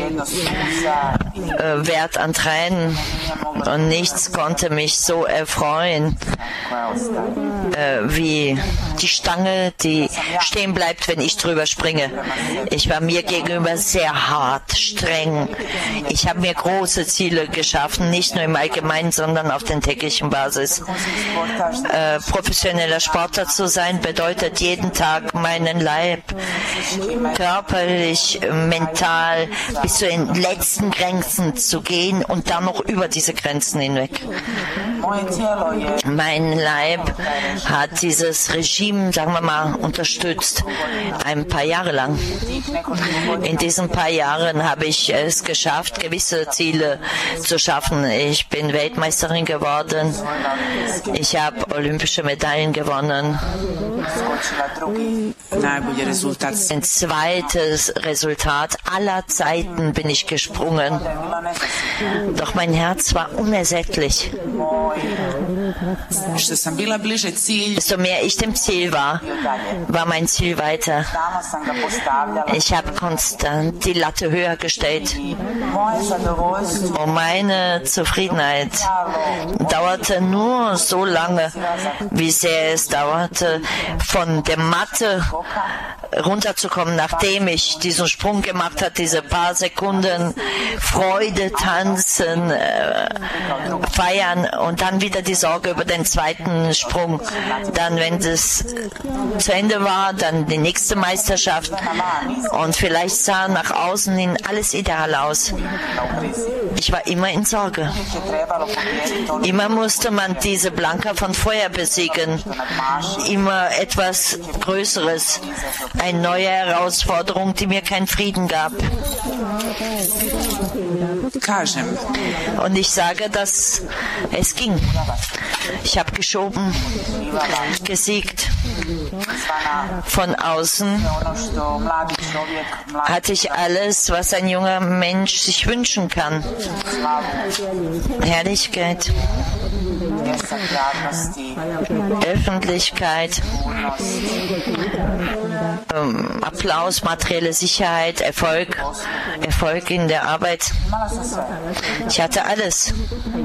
äh, wert an Tränen, und nichts konnte mich so erfreuen äh, wie die Stange, die stehen bleibt, wenn ich drüber springe. Ich war mir gegenüber sehr hart, streng. Ich habe mir große Ziele geschaffen, nicht nur im Allgemeinen, sondern auf der täglichen Basis. Äh, professioneller Sportler zu sein bedeutet jeden Tag meinen Leib körperlich, mental bis zu den letzten Grenzen zu gehen und dann noch über diese Grenzen hinweg. Mein Leib hat dieses Regime, sagen wir mal, unterstützt, ein paar Jahre lang. In diesen paar Jahren habe ich es geschafft, gewisse Ziele zu schaffen. Ich bin Weltmeisterin geworden. Ich habe olympische Medaillen gewonnen. Ein zweites Resultat aller Zeiten bin ich gesprungen. Doch mein Herz war unersättlich. Desto mehr ich dem Ziel war, war mein Ziel weiter. Ich habe konstant die Latte höher gestellt. Und meine Zufriedenheit dauerte nur so lange, wie sehr es dauerte, von der Matte runterzukommen, nachdem ich diesen Sprung gemacht habe, diese paar Sekunden Freude, tanzen, äh, feiern und dann wieder die Sorge über den zweiten Sprung. Dann, wenn es zu Ende war, dann die nächste Meisterschaft, und vielleicht sah nach außen hin alles ideal aus. Ich war immer in Sorge. Immer musste man diese Blanka von Feuer besiegen. Immer etwas Größeres. Eine neue Herausforderung, die mir keinen Frieden gab. Und ich sage, dass es ging. Ich habe geschoben, gesiegt. Von außen hatte ich alles, was ein junger Mensch sich wünschen kann. Herrlichkeit, Öffentlichkeit, ähm, Applaus, materielle Sicherheit, Erfolg, Erfolg in der Arbeit. Ich hatte alles.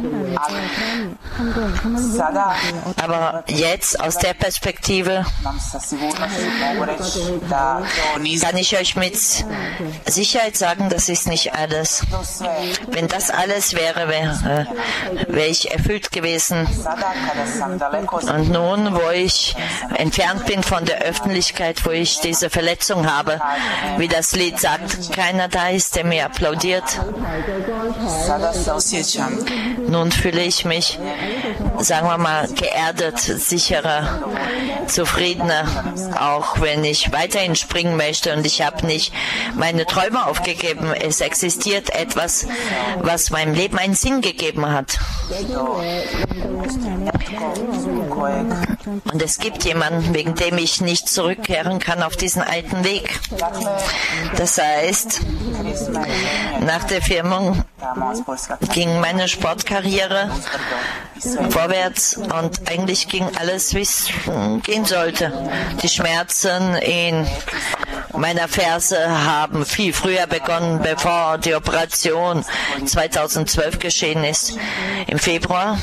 Aber jetzt aus der Perspektive kann ich euch mit Sicherheit sagen, das ist nicht alles. Wenn das alles wäre, wäre, wäre ich erfüllt gewesen. gewesen. Und nun, wo ich entfernt bin von der Öffentlichkeit, wo ich diese Verletzung habe, wie das Lied sagt, keiner da ist, der mir applaudiert. Nun fühle ich mich, sagen wir mal, geerdet, sicherer, zufriedener, auch wenn ich weiterhin springen möchte, und ich habe nicht meine Träume aufgegeben. Es existiert etwas, was meinem Leben einen Sinn gegeben hat. Und es gibt jemanden, wegen dem ich nicht zurückkehren kann auf diesen alten Weg. Das heißt, nach der Firmung ging meine Sportkarriere vorwärts und eigentlich ging alles, wie es gehen sollte. Die Schmerzen in meiner Ferse haben viel früher begonnen, bevor die Operation zweitausendzwölf geschehen ist. Im Februar.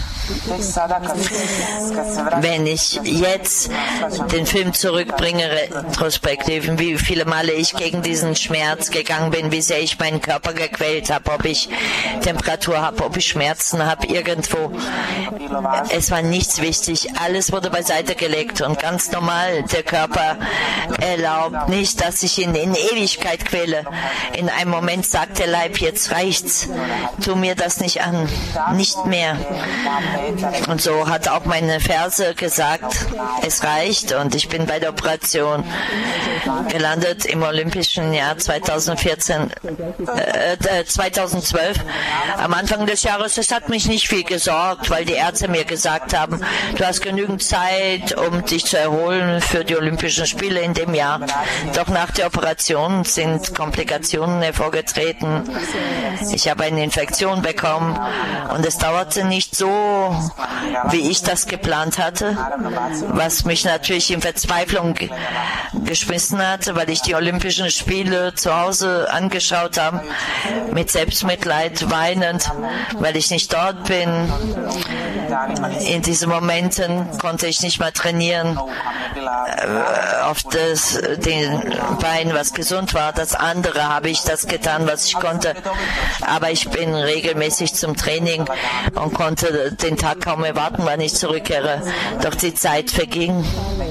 Wenn ich jetzt den Film zurückbringe, retrospektiv, wie viele Male ich gegen diesen Schmerz gegangen bin, wie sehr ich meinen Körper gequält habe, ob ich Temperatur habe, ob ich Schmerzen habe, irgendwo. Es war nichts wichtig. Alles wurde beiseite gelegt und ganz normal, der Körper erlaubt nicht, dass ich ihn in Ewigkeit quäle. In einem Moment sagt der Leib, jetzt reicht's. Tu mir das nicht an. Nicht mehr. Und so hat auch meine Ferse gesagt, es reicht, und ich bin bei der Operation gelandet im olympischen Jahr zweitausendvierzehn, äh, zweitausendzwölf. Am Anfang des Jahres, es hat mich nicht viel gesorgt, weil die Ärzte mir gesagt haben, du hast genügend Zeit, um dich zu erholen für die Olympischen Spiele in dem Jahr. Doch nach der Operation sind Komplikationen hervorgetreten. Ich habe eine Infektion bekommen und es dauerte nicht so, wie ich das geplant hatte, was mich natürlich in Verzweiflung ge- geschmissen hatte, weil ich die Olympischen Spiele zu Hause angeschaut habe, mit Selbstmitleid, weinend, weil ich nicht dort bin. In diesen Momenten konnte ich nicht mal trainieren, äh, auf das, den Bein, was gesund war. Das andere habe ich das getan, was ich konnte. Aber ich bin regelmäßig zum Training und konnte den Tag kaum erwarten, wann ich zurückkehre. Doch die Zeit verging.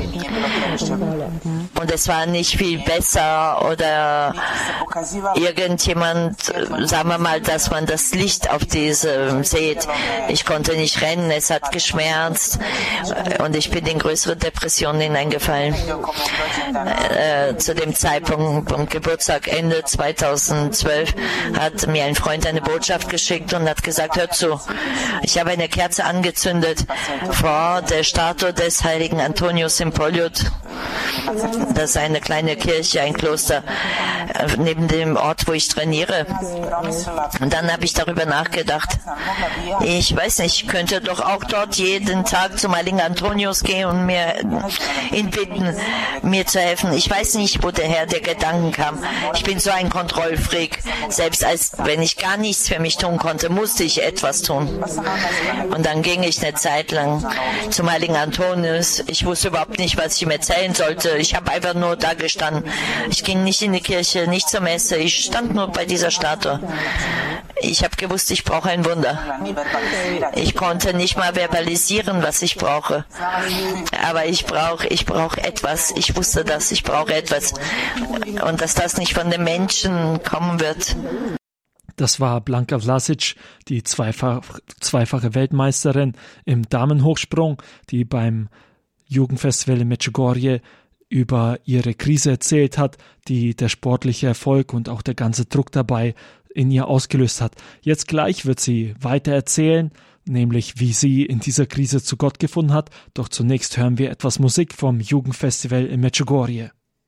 Und es war nicht viel besser oder irgendjemand, sagen wir mal, dass man das Licht auf diesem sieht. Ich konnte nicht rennen, es hat geschmerzt und ich bin in größere Depressionen hineingefallen. Äh, zu dem Zeitpunkt, am Geburtstag Ende zweitausendzwölf, hat mir ein Freund eine Botschaft geschickt und hat gesagt, hör zu, ich habe eine Kerze angezündet vor der Statue des heiligen Antonius in Poljud. Das ist eine kleine Kirche, ein Kloster neben dem Ort, wo ich trainiere. Und dann habe ich darüber nachgedacht. Ich weiß nicht, ich könnte doch auch dort jeden Tag zum heiligen Antonius gehen und mir ihn bitten, mir zu helfen. Ich weiß nicht, woher der Gedanken kam. Ich bin so ein Kontrollfreak. Selbst als wenn ich gar nichts für mich tun konnte, musste ich etwas tun. Und dann ging ich eine Zeit lang zum heiligen Antonius. Ich wusste überhaupt nicht, was ich ihm erzählen sollte. Ich habe einfach nur da gestanden. Ich ging nicht in die Kirche, nicht zur Messe. Ich stand nur bei dieser Statue. Ich habe gewusst, ich brauche ein Wunder. Ich konnte nicht mal verbalisieren, was ich brauche. Aber ich brauche ich brauche etwas. Ich wusste das, ich brauche etwas. Und dass das nicht von den Menschen kommen wird. Das war Blanka Vlasic, die zweifach, zweifache Weltmeisterin im Damenhochsprung, die beim Jugendfestival in Medjugorje über ihre Krise erzählt hat, die der sportliche Erfolg und auch der ganze Druck dabei in ihr ausgelöst hat. Jetzt gleich wird sie weiter erzählen, nämlich wie sie in dieser Krise zu Gott gefunden hat. Doch zunächst hören wir etwas Musik vom Jugendfestival in Medjugorje.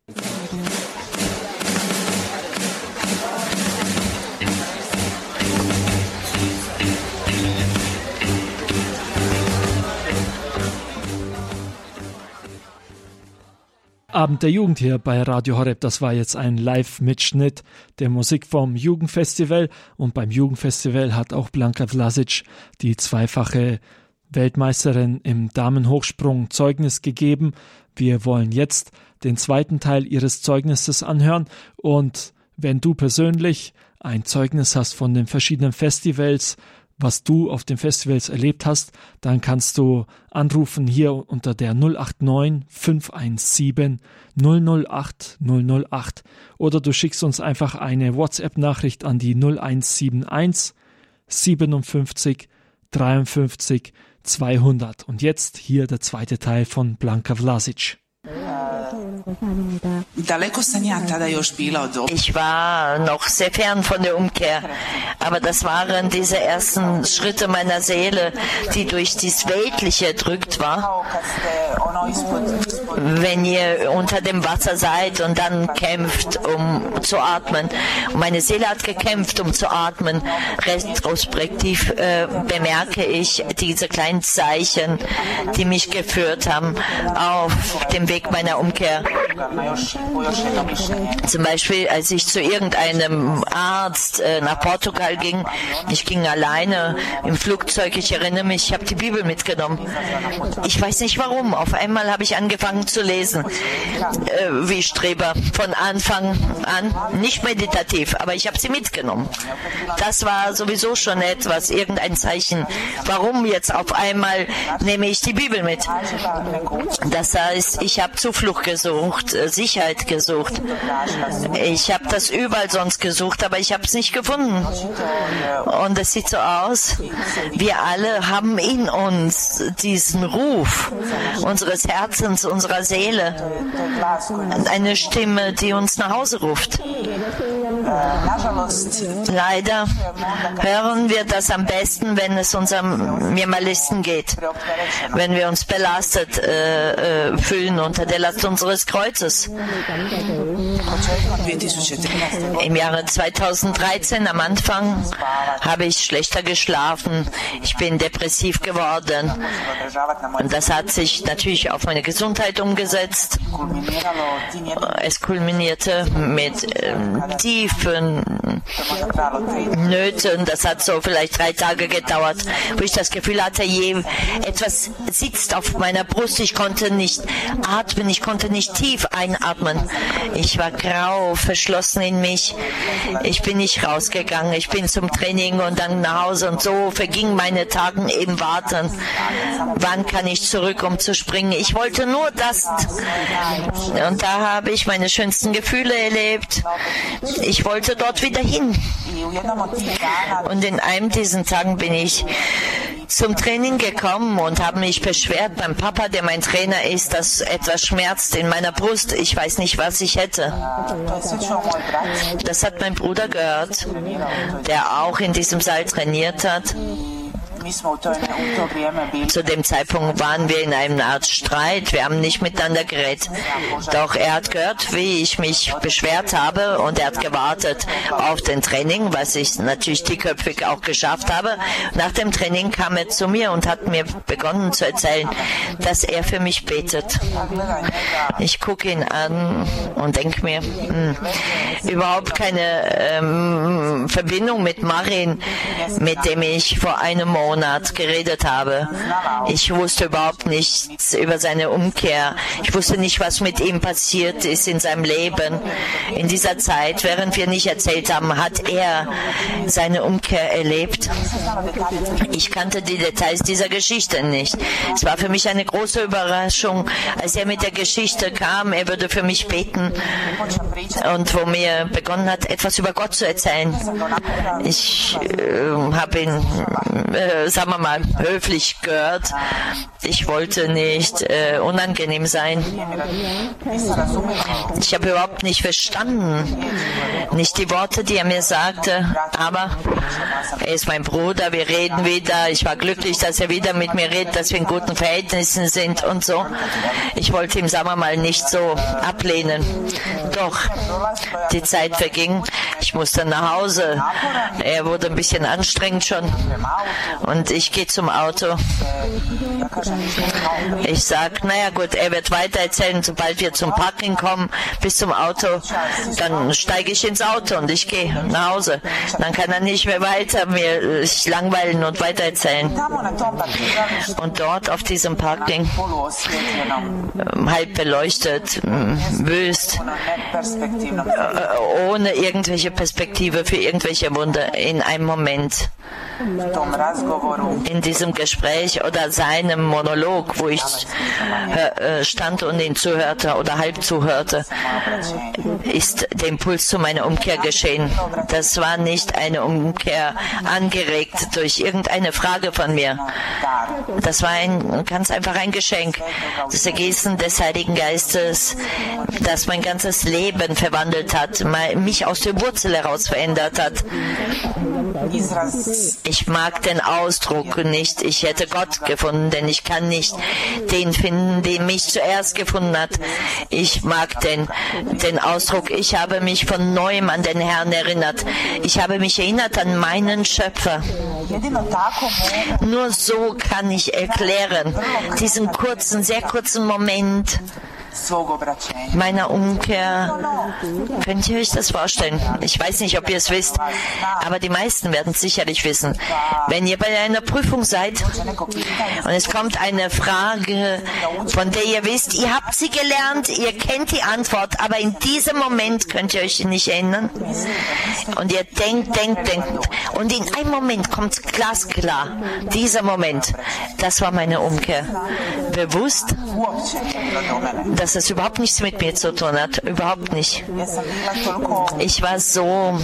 Abend der Jugend hier bei Radio Horeb, das war jetzt ein Live-Mitschnitt der Musik vom Jugendfestival, und beim Jugendfestival hat auch Blanka Vlasic, die zweifache Weltmeisterin im Damenhochsprung, Zeugnis gegeben. Wir wollen jetzt den zweiten Teil ihres Zeugnisses anhören, und wenn du persönlich ein Zeugnis hast von den verschiedenen Festivals, was du auf den Festivals erlebt hast, dann kannst du anrufen hier unter der null acht neun fünf eins sieben null null acht null null acht oder du schickst uns einfach eine WhatsApp-Nachricht an die null eins sieben eins siebenundfünfzig dreiundfünfzig zweihundert. Und jetzt hier der zweite Teil von Blanka Vlasic. Ich war noch sehr fern von der Umkehr, aber das waren diese ersten Schritte meiner Seele, die durch dies Weltliche erdrückt war. Wenn ihr unter dem Wasser seid und dann kämpft, um zu atmen. Und meine Seele hat gekämpft, um zu atmen. Retrospektiv äh, bemerke ich diese kleinen Zeichen, die mich geführt haben auf dem Weg meiner Umkehr. Zum Beispiel, als ich zu irgendeinem Arzt äh, nach Portugal ging, ich ging alleine im Flugzeug, ich erinnere mich, ich habe die Bibel mitgenommen. Ich weiß nicht warum, auf einmal habe ich angefangen zu lesen, äh, wie Streber, von Anfang an, nicht meditativ, aber ich habe sie mitgenommen. Das war sowieso schon etwas, irgendein Zeichen. Warum jetzt auf einmal nehme ich die Bibel mit? Das heißt, ich habe Zuflucht gesucht, Sicherheit gesucht. Ich habe das überall sonst gesucht, aber ich habe es nicht gefunden. Und es sieht so aus, wir alle haben in uns diesen Ruf unseres Herzens, unserer Seele, eine Stimme, die uns nach Hause ruft. Leider hören wir das am besten, wenn es unserem Minimalisten geht, wenn wir uns belastet äh, äh, fühlen unter der Last unseres Kreuzes. Im Jahre zweitausenddreizehn am Anfang habe ich schlechter geschlafen, ich bin depressiv geworden und das hat sich natürlich auf meine Gesundheit umgesetzt. Es kulminierte mit ähm, tiefen Nöten, das hat so vielleicht drei Tage gedauert, wo ich das Gefühl hatte, je, etwas sitzt auf meiner Brust, ich konnte nicht atmen, ich konnte nicht tief einatmen. Ich war grau, verschlossen in mich. Ich bin nicht rausgegangen. Ich bin zum Training und dann nach Hause und so vergingen meine Tage im Warten. Wann kann ich zurück, um zu springen? Ich wollte nur das. Und da habe ich meine schönsten Gefühle erlebt. Ich wollte dort wieder hin. Und in einem diesen Tagen bin ich zum Training gekommen und habe mich beschwert beim Papa, der mein Trainer ist, dass etwas schmerzt in meiner Brust. Ich weiß nicht, was ich hätte. Das hat mein Bruder gehört, der auch in diesem Saal trainiert hat. Zu dem Zeitpunkt waren wir in einem Art Streit. Wir haben nicht miteinander geredet. Doch er hat gehört, wie ich mich beschwert habe und er hat gewartet auf den Training, was ich natürlich dickköpfig auch geschafft habe. Nach dem Training kam er zu mir und hat mir begonnen zu erzählen, dass er für mich betet. Ich gucke ihn an und denke mir, mh, überhaupt keine ähm, Verbindung mit Marin, mit dem ich vor einem Monat geredet habe. Ich wusste überhaupt nichts über seine Umkehr. Ich wusste nicht, was mit ihm passiert ist in seinem Leben. In dieser Zeit, während wir nicht erzählt haben, hat er seine Umkehr erlebt. Ich kannte die Details dieser Geschichte nicht. Es war für mich eine große Überraschung, als er mit der Geschichte kam, er würde für mich beten und wo mir begonnen hat, etwas über Gott zu erzählen. Ich äh, habe ihn äh, sagen wir mal, höflich gehört. Ich wollte nicht äh, unangenehm sein. Ich habe überhaupt nicht verstanden, nicht die Worte, die er mir sagte, aber er ist mein Bruder, wir reden wieder. Ich war glücklich, dass er wieder mit mir redet, dass wir in guten Verhältnissen sind und so. Ich wollte ihm, sagen wir mal, nicht so ablehnen. Doch, die Zeit verging. Ich musste nach Hause. Er wurde ein bisschen anstrengend schon. Und ich gehe zum Auto. Ich sage, naja gut, er wird weiter erzählen, sobald wir zum Parking kommen, bis zum Auto, dann steige ich ins Auto und ich gehe nach Hause. Dann kann er nicht mehr weiter mir sich langweilen und weiter erzählen. Und dort auf diesem Parking, halb beleuchtet, wüst, ohne irgendwelche Perspektive für irgendwelche Wunder, in einem Moment in diesem Gespräch oder seinem Monolog, wo ich äh, stand und ihn zuhörte oder halb zuhörte, ist der Impuls zu meiner Umkehr geschehen. Das war nicht eine Umkehr angeregt durch irgendeine Frage von mir. Das war ein ganz einfach ein Geschenk. Das Ergießen des Heiligen Geistes, das mein ganzes Leben verwandelt hat, mich aus der Wurzel heraus verändert hat. Ich mag den Ausdruck nicht, ich hätte Gott gefunden, denn ich kann nicht den finden, der mich zuerst gefunden hat. Ich mag den, den Ausdruck, ich habe mich von neuem an den Herrn erinnert. Ich habe mich erinnert an meinen Schöpfer. Nur so kann ich erklären, diesen kurzen, sehr kurzen Moment meiner Umkehr. Könnt ihr euch das vorstellen? Ich weiß nicht, ob ihr es wisst, aber die meisten werden es sicherlich wissen. Wenn ihr bei einer Prüfung seid und es kommt eine Frage, von der ihr wisst, ihr habt sie gelernt, ihr kennt die Antwort, aber in diesem Moment könnt ihr euch nicht erinnern. Und ihr denkt, denkt, denkt. Und in einem Moment kommt es glasklar. Dieser Moment, das war meine Umkehr. Bewusst, dass es überhaupt nichts mit mir zu tun hat. Überhaupt nicht. Ich war so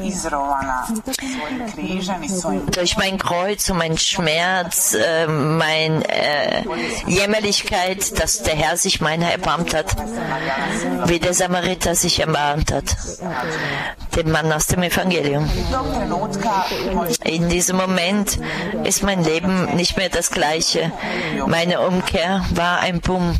durch mein Kreuz und mein Schmerz, äh, meine äh, Jämmerlichkeit, dass der Herr sich meiner erbarmt hat, wie der Samariter sich erbarmt hat, den Mann aus dem Evangelium. In diesem Moment ist mein Leben nicht mehr das Gleiche. Meine Umkehr war ein Boom.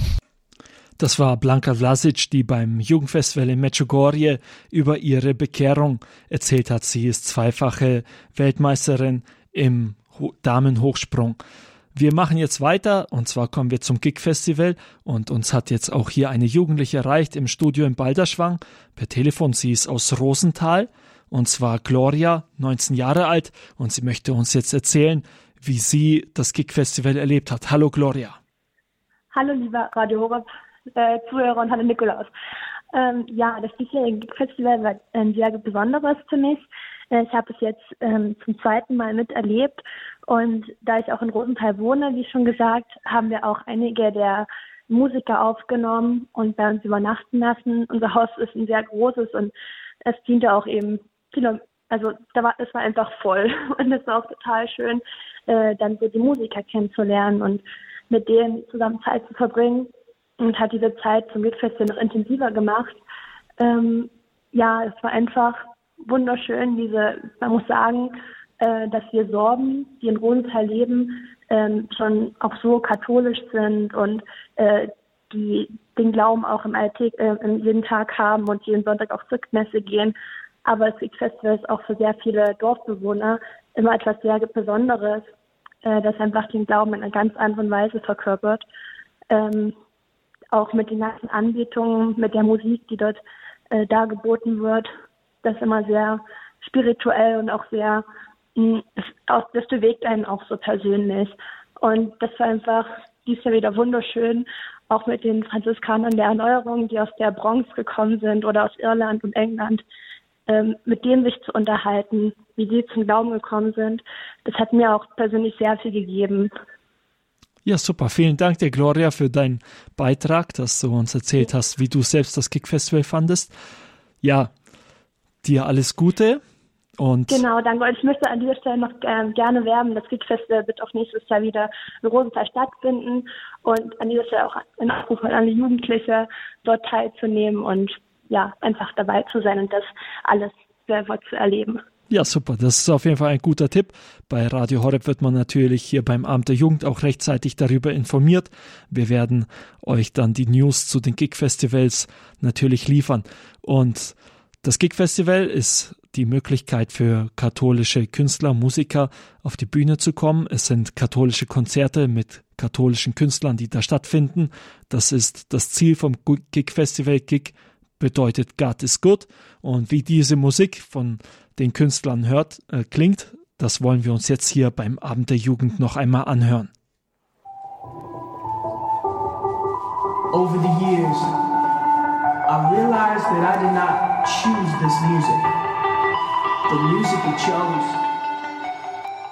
Das war Blanka Vlasic, die beim Jugendfestival in Medjugorje über ihre Bekehrung erzählt hat. Sie ist zweifache Weltmeisterin im Damenhochsprung. Wir machen jetzt weiter und zwar kommen wir zum Gig-Festival und uns hat jetzt auch hier eine Jugendliche erreicht im Studio in Balderschwang per Telefon. Sie ist aus Rosenthal und zwar Gloria, neunzehn Jahre alt und sie möchte uns jetzt erzählen, wie sie das Gig-Festival erlebt hat. Hallo Gloria. Hallo lieber Radio Horeb. Äh, Zuhörer und hallo Nikolaus. Ähm, ja, das diesjährige Gig-Festival war ein sehr besonderes für mich. Äh, ich habe es jetzt ähm, zum zweiten Mal miterlebt und da ich auch in Rosenthal wohne, wie schon gesagt, haben wir auch einige der Musiker aufgenommen und bei uns übernachten lassen. Unser Haus ist ein sehr großes und es diente auch eben viele, also da war, es war einfach voll und es war auch total schön, äh, dann so die Musiker kennenzulernen und mit denen zusammen Zeit zu verbringen. Und hat diese Zeit zum Gig-Festival noch intensiver gemacht. Ähm, ja, es war einfach wunderschön, diese, man muss sagen, äh, dass wir Sorben, die in Rosenthal leben, ähm, schon auch so katholisch sind und äh, die den Glauben auch im Alltag, äh, jeden Tag haben und jeden Sonntag auch zur Messe gehen. Aber das Gig-Festival ist auch für sehr viele Dorfbewohner immer etwas sehr Besonderes, äh, das einfach den Glauben in einer ganz anderen Weise verkörpert. Ähm, auch mit den ganzen Anbietungen, mit der Musik, die dort äh, dargeboten wird. Das ist immer sehr spirituell und auch sehr, mh, das, das bewegt einen auch so persönlich. Und das war einfach dieses Jahr wieder wunderschön, auch mit den Franziskanern der Erneuerung, die aus der Bronx gekommen sind oder aus Irland und England, ähm, mit denen sich zu unterhalten, wie die zum Glauben gekommen sind. Das hat mir auch persönlich sehr viel gegeben. Ja, super. Vielen Dank dir, Gloria, für deinen Beitrag, dass du uns erzählt hast, wie du selbst das Gig-Festival fandest. Ja, dir alles Gute. Und genau, danke. Und ich möchte an dieser Stelle noch äh, gerne werben. Das Gig-Festival wird auch nächstes Jahr wieder in Rosenthal stattfinden. Und an dieser Stelle auch ein Aufruf an alle Jugendliche, dort teilzunehmen und ja, einfach dabei zu sein und das alles selber zu erleben. Ja, super. Das ist auf jeden Fall ein guter Tipp. Bei Radio Horeb wird man natürlich hier beim Amt der Jugend auch rechtzeitig darüber informiert. Wir werden euch dann die News zu den Gig-Festivals natürlich liefern. Und das Gig-Festival ist die Möglichkeit für katholische Künstler, Musiker auf die Bühne zu kommen. Es sind katholische Konzerte mit katholischen Künstlern, die da stattfinden. Das ist das Ziel vom Gig-Festival. Gig bedeutet God is good. Und wie diese Musik von den Künstlern hört, äh, klingt, das wollen wir uns jetzt hier beim Abend der Jugend noch einmal anhören. Over the years, I realized that I did not choose this music. The music it chose.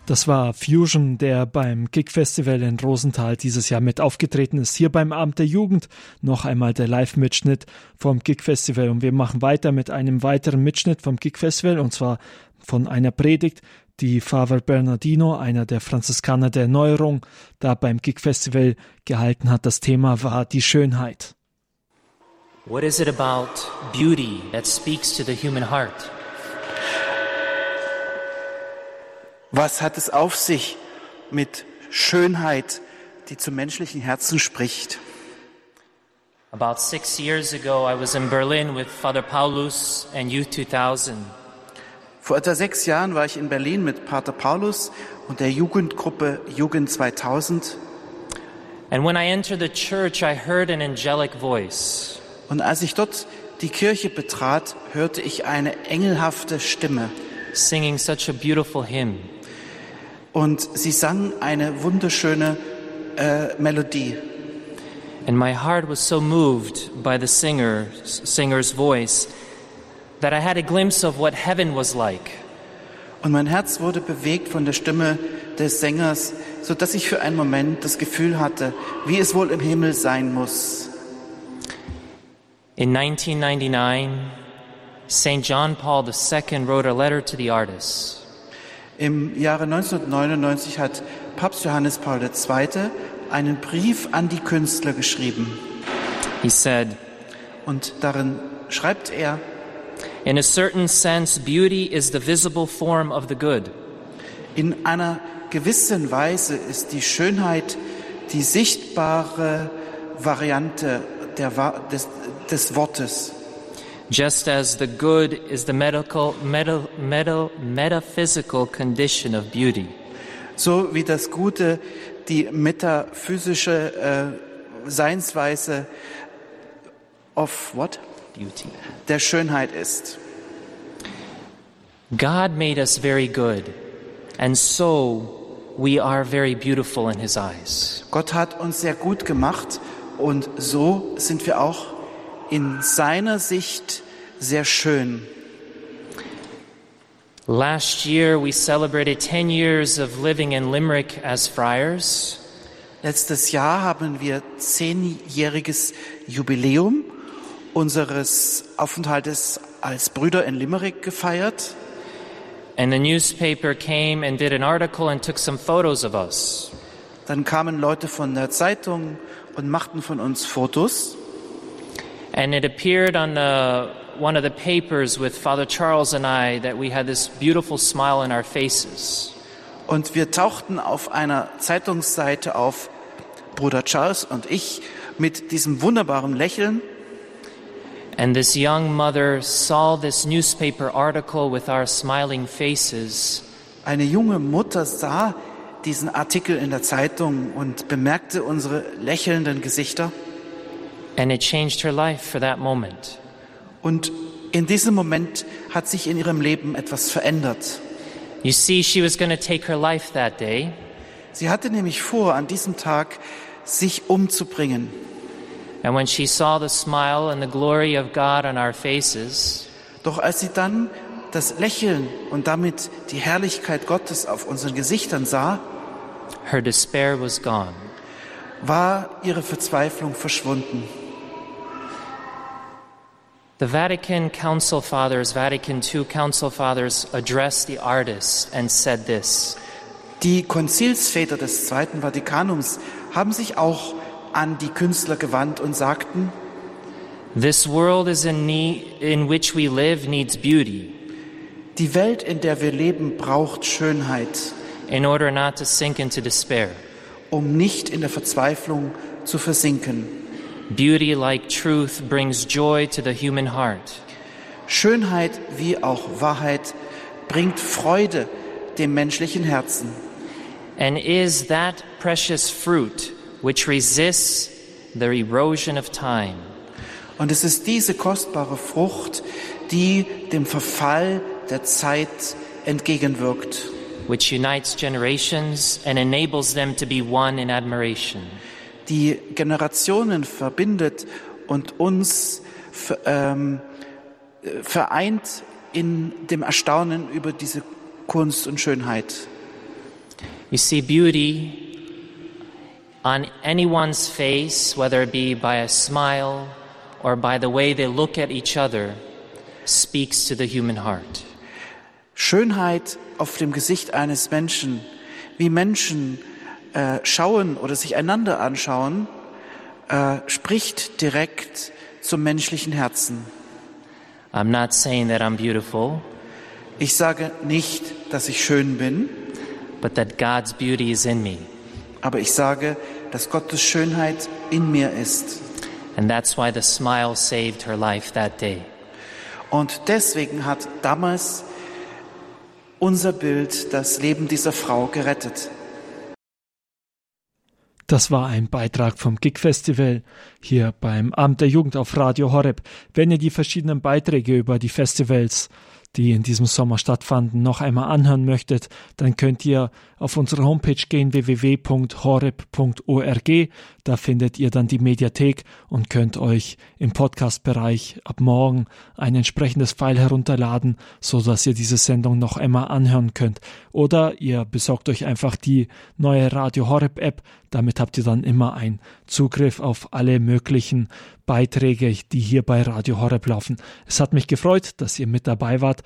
Das war Fusion, der beim Gig Festival in Rosenthal dieses Jahr mit aufgetreten ist. Hier beim Abend der Jugend noch einmal der Live-Mitschnitt vom Gig Festival. Und wir machen weiter mit einem weiteren Mitschnitt vom Gig Festival, und zwar von einer Predigt, die Father Bernardino, einer der Franziskaner der Erneuerung, da beim Gig Festival gehalten hat. Das Thema war die Schönheit. What is it about beauty that speaks to the human heart? Was hat es auf sich mit Schönheit, die zum menschlichen Herzen spricht? About six years ago, I was in Berlin with Father Paulus and Youth two thousand. Vor etwa sechs Jahren war ich in Berlin mit Pater Paulus und der Jugendgruppe Jugend zweitausend. And when I entered the church, I heard an angelic voice. Und als ich dort die Kirche betrat, hörte ich eine engelhafte Stimme. Singing such a beautiful hymn. Und sie sang eine wunderschöne äh, Melodie. And my heart was so moved by the singer, singer's voice that I had a glimpse of what heaven was like. Und mein Herz wurde bewegt von der Stimme des Sängers, so dass ich für einen Moment das Gefühl hatte, wie es wohl im Himmel sein muss. In nineteen ninety-nine, Saint John Paul the Second wrote a letter to the artists. Im Jahre neunzehnhundertneunundneunzig hat Papst Johannes Paul der Zweite einen Brief an die Künstler geschrieben. He said, und darin schreibt er: In a certain sense, beauty is the visible form of the good. In einer gewissen Weise ist die Schönheit die sichtbare Variante der, des, des Wortes. Just as the good is the medical, meta, meta, metaphysical condition of beauty. So wie das Gute die metaphysische äh, Seinsweise of what? Beauty. Der Schönheit ist. God made us very good, and so we are very beautiful in His eyes. Gott hat uns sehr gut gemacht, und so sind wir auch in seiner Sicht sehr schön. Last year we celebrated ten years of living in Limerick as friars. Letztes Jahr haben wir zehnjähriges Jubiläum unseres Aufenthaltes als Brüder in Limerick gefeiert. And the newspaper came and did an article and took some photos of us. Dann kamen Leute von der Zeitung und machten von uns Fotos. And it appeared on the, one of the papers with Father Charles and I that we had this beautiful smile in our faces. Und wir tauchten auf einer Zeitungsseite auf, Bruder Charles und ich, mit diesem wunderbaren Lächeln. And this young mother saw this newspaper article with our smiling faces. Eine junge Mutter sah diesen Artikel in der Zeitung und bemerkte unsere lächelnden Gesichter. And it changed her life for that moment. Und in diesem Moment hat sich in ihrem Leben etwas verändert. You see, she was going to take her life that day. Sie hatte nämlich vor, an diesem Tag sich umzubringen. And when she saw the smile and the glory of God on our faces, doch als sie dann das Lächeln und damit die Herrlichkeit Gottes auf unseren Gesichtern sah, her despair was gone. War ihre Verzweiflung verschwunden. The Vatican Council Fathers, Vatican Two Council Fathers addressed the artists and said this. Die Konzilsväter des Zweiten Vatikanums haben sich auch an die Künstler gewandt und sagten: This world is in need, in which we live needs beauty. Die Welt, in der wir leben, braucht Schönheit. In order not to sink into despair. Um nicht in der Verzweiflung zu versinken. Beauty like truth brings joy to the human heart. Schönheit wie auch Wahrheit bringt Freude dem menschlichen Herzen. And is that precious fruit which resists the erosion of time. Und es ist diese kostbare Frucht, die dem Verfall der Zeit entgegenwirkt. Which unites generations and enables them to be one in admiration. Die Generationen verbindet und uns ähm, vereint in dem Erstaunen über diese Kunst und Schönheit. You see beauty on anyone's face, whether it be by a smile or by the way they look at each other, speaks to the human heart. Schönheit auf dem Gesicht eines Menschen, wie Menschen äh, schauen oder sich einander anschauen, äh, spricht direkt zum menschlichen Herzen. I'm not saying that I'm beautiful, Ich sage nicht, dass ich schön bin, but that God's beauty is in me. aber ich sage, dass Gottes Schönheit in mir ist. And that's why the smile saved her life that day. Und deswegen hat damals unser Bild das Leben dieser Frau gerettet. Das war ein Beitrag vom Gig Festival hier beim Abend der Jugend auf Radio Horeb. Wenn ihr die verschiedenen Beiträge über die Festivals, die in diesem Sommer stattfanden, noch einmal anhören möchtet, dann könnt ihr auf unsere Homepage gehen, w w w punkt horeb punkt org. Da findet ihr dann die Mediathek und könnt euch im Podcast-Bereich ab morgen ein entsprechendes File herunterladen, so dass ihr diese Sendung noch einmal anhören könnt. Oder ihr besorgt euch einfach die neue Radio Horeb App. Damit habt ihr dann immer einen Zugriff auf alle möglichen Beiträge, die hier bei Radio Horeb laufen. Es hat mich gefreut, dass ihr mit dabei wart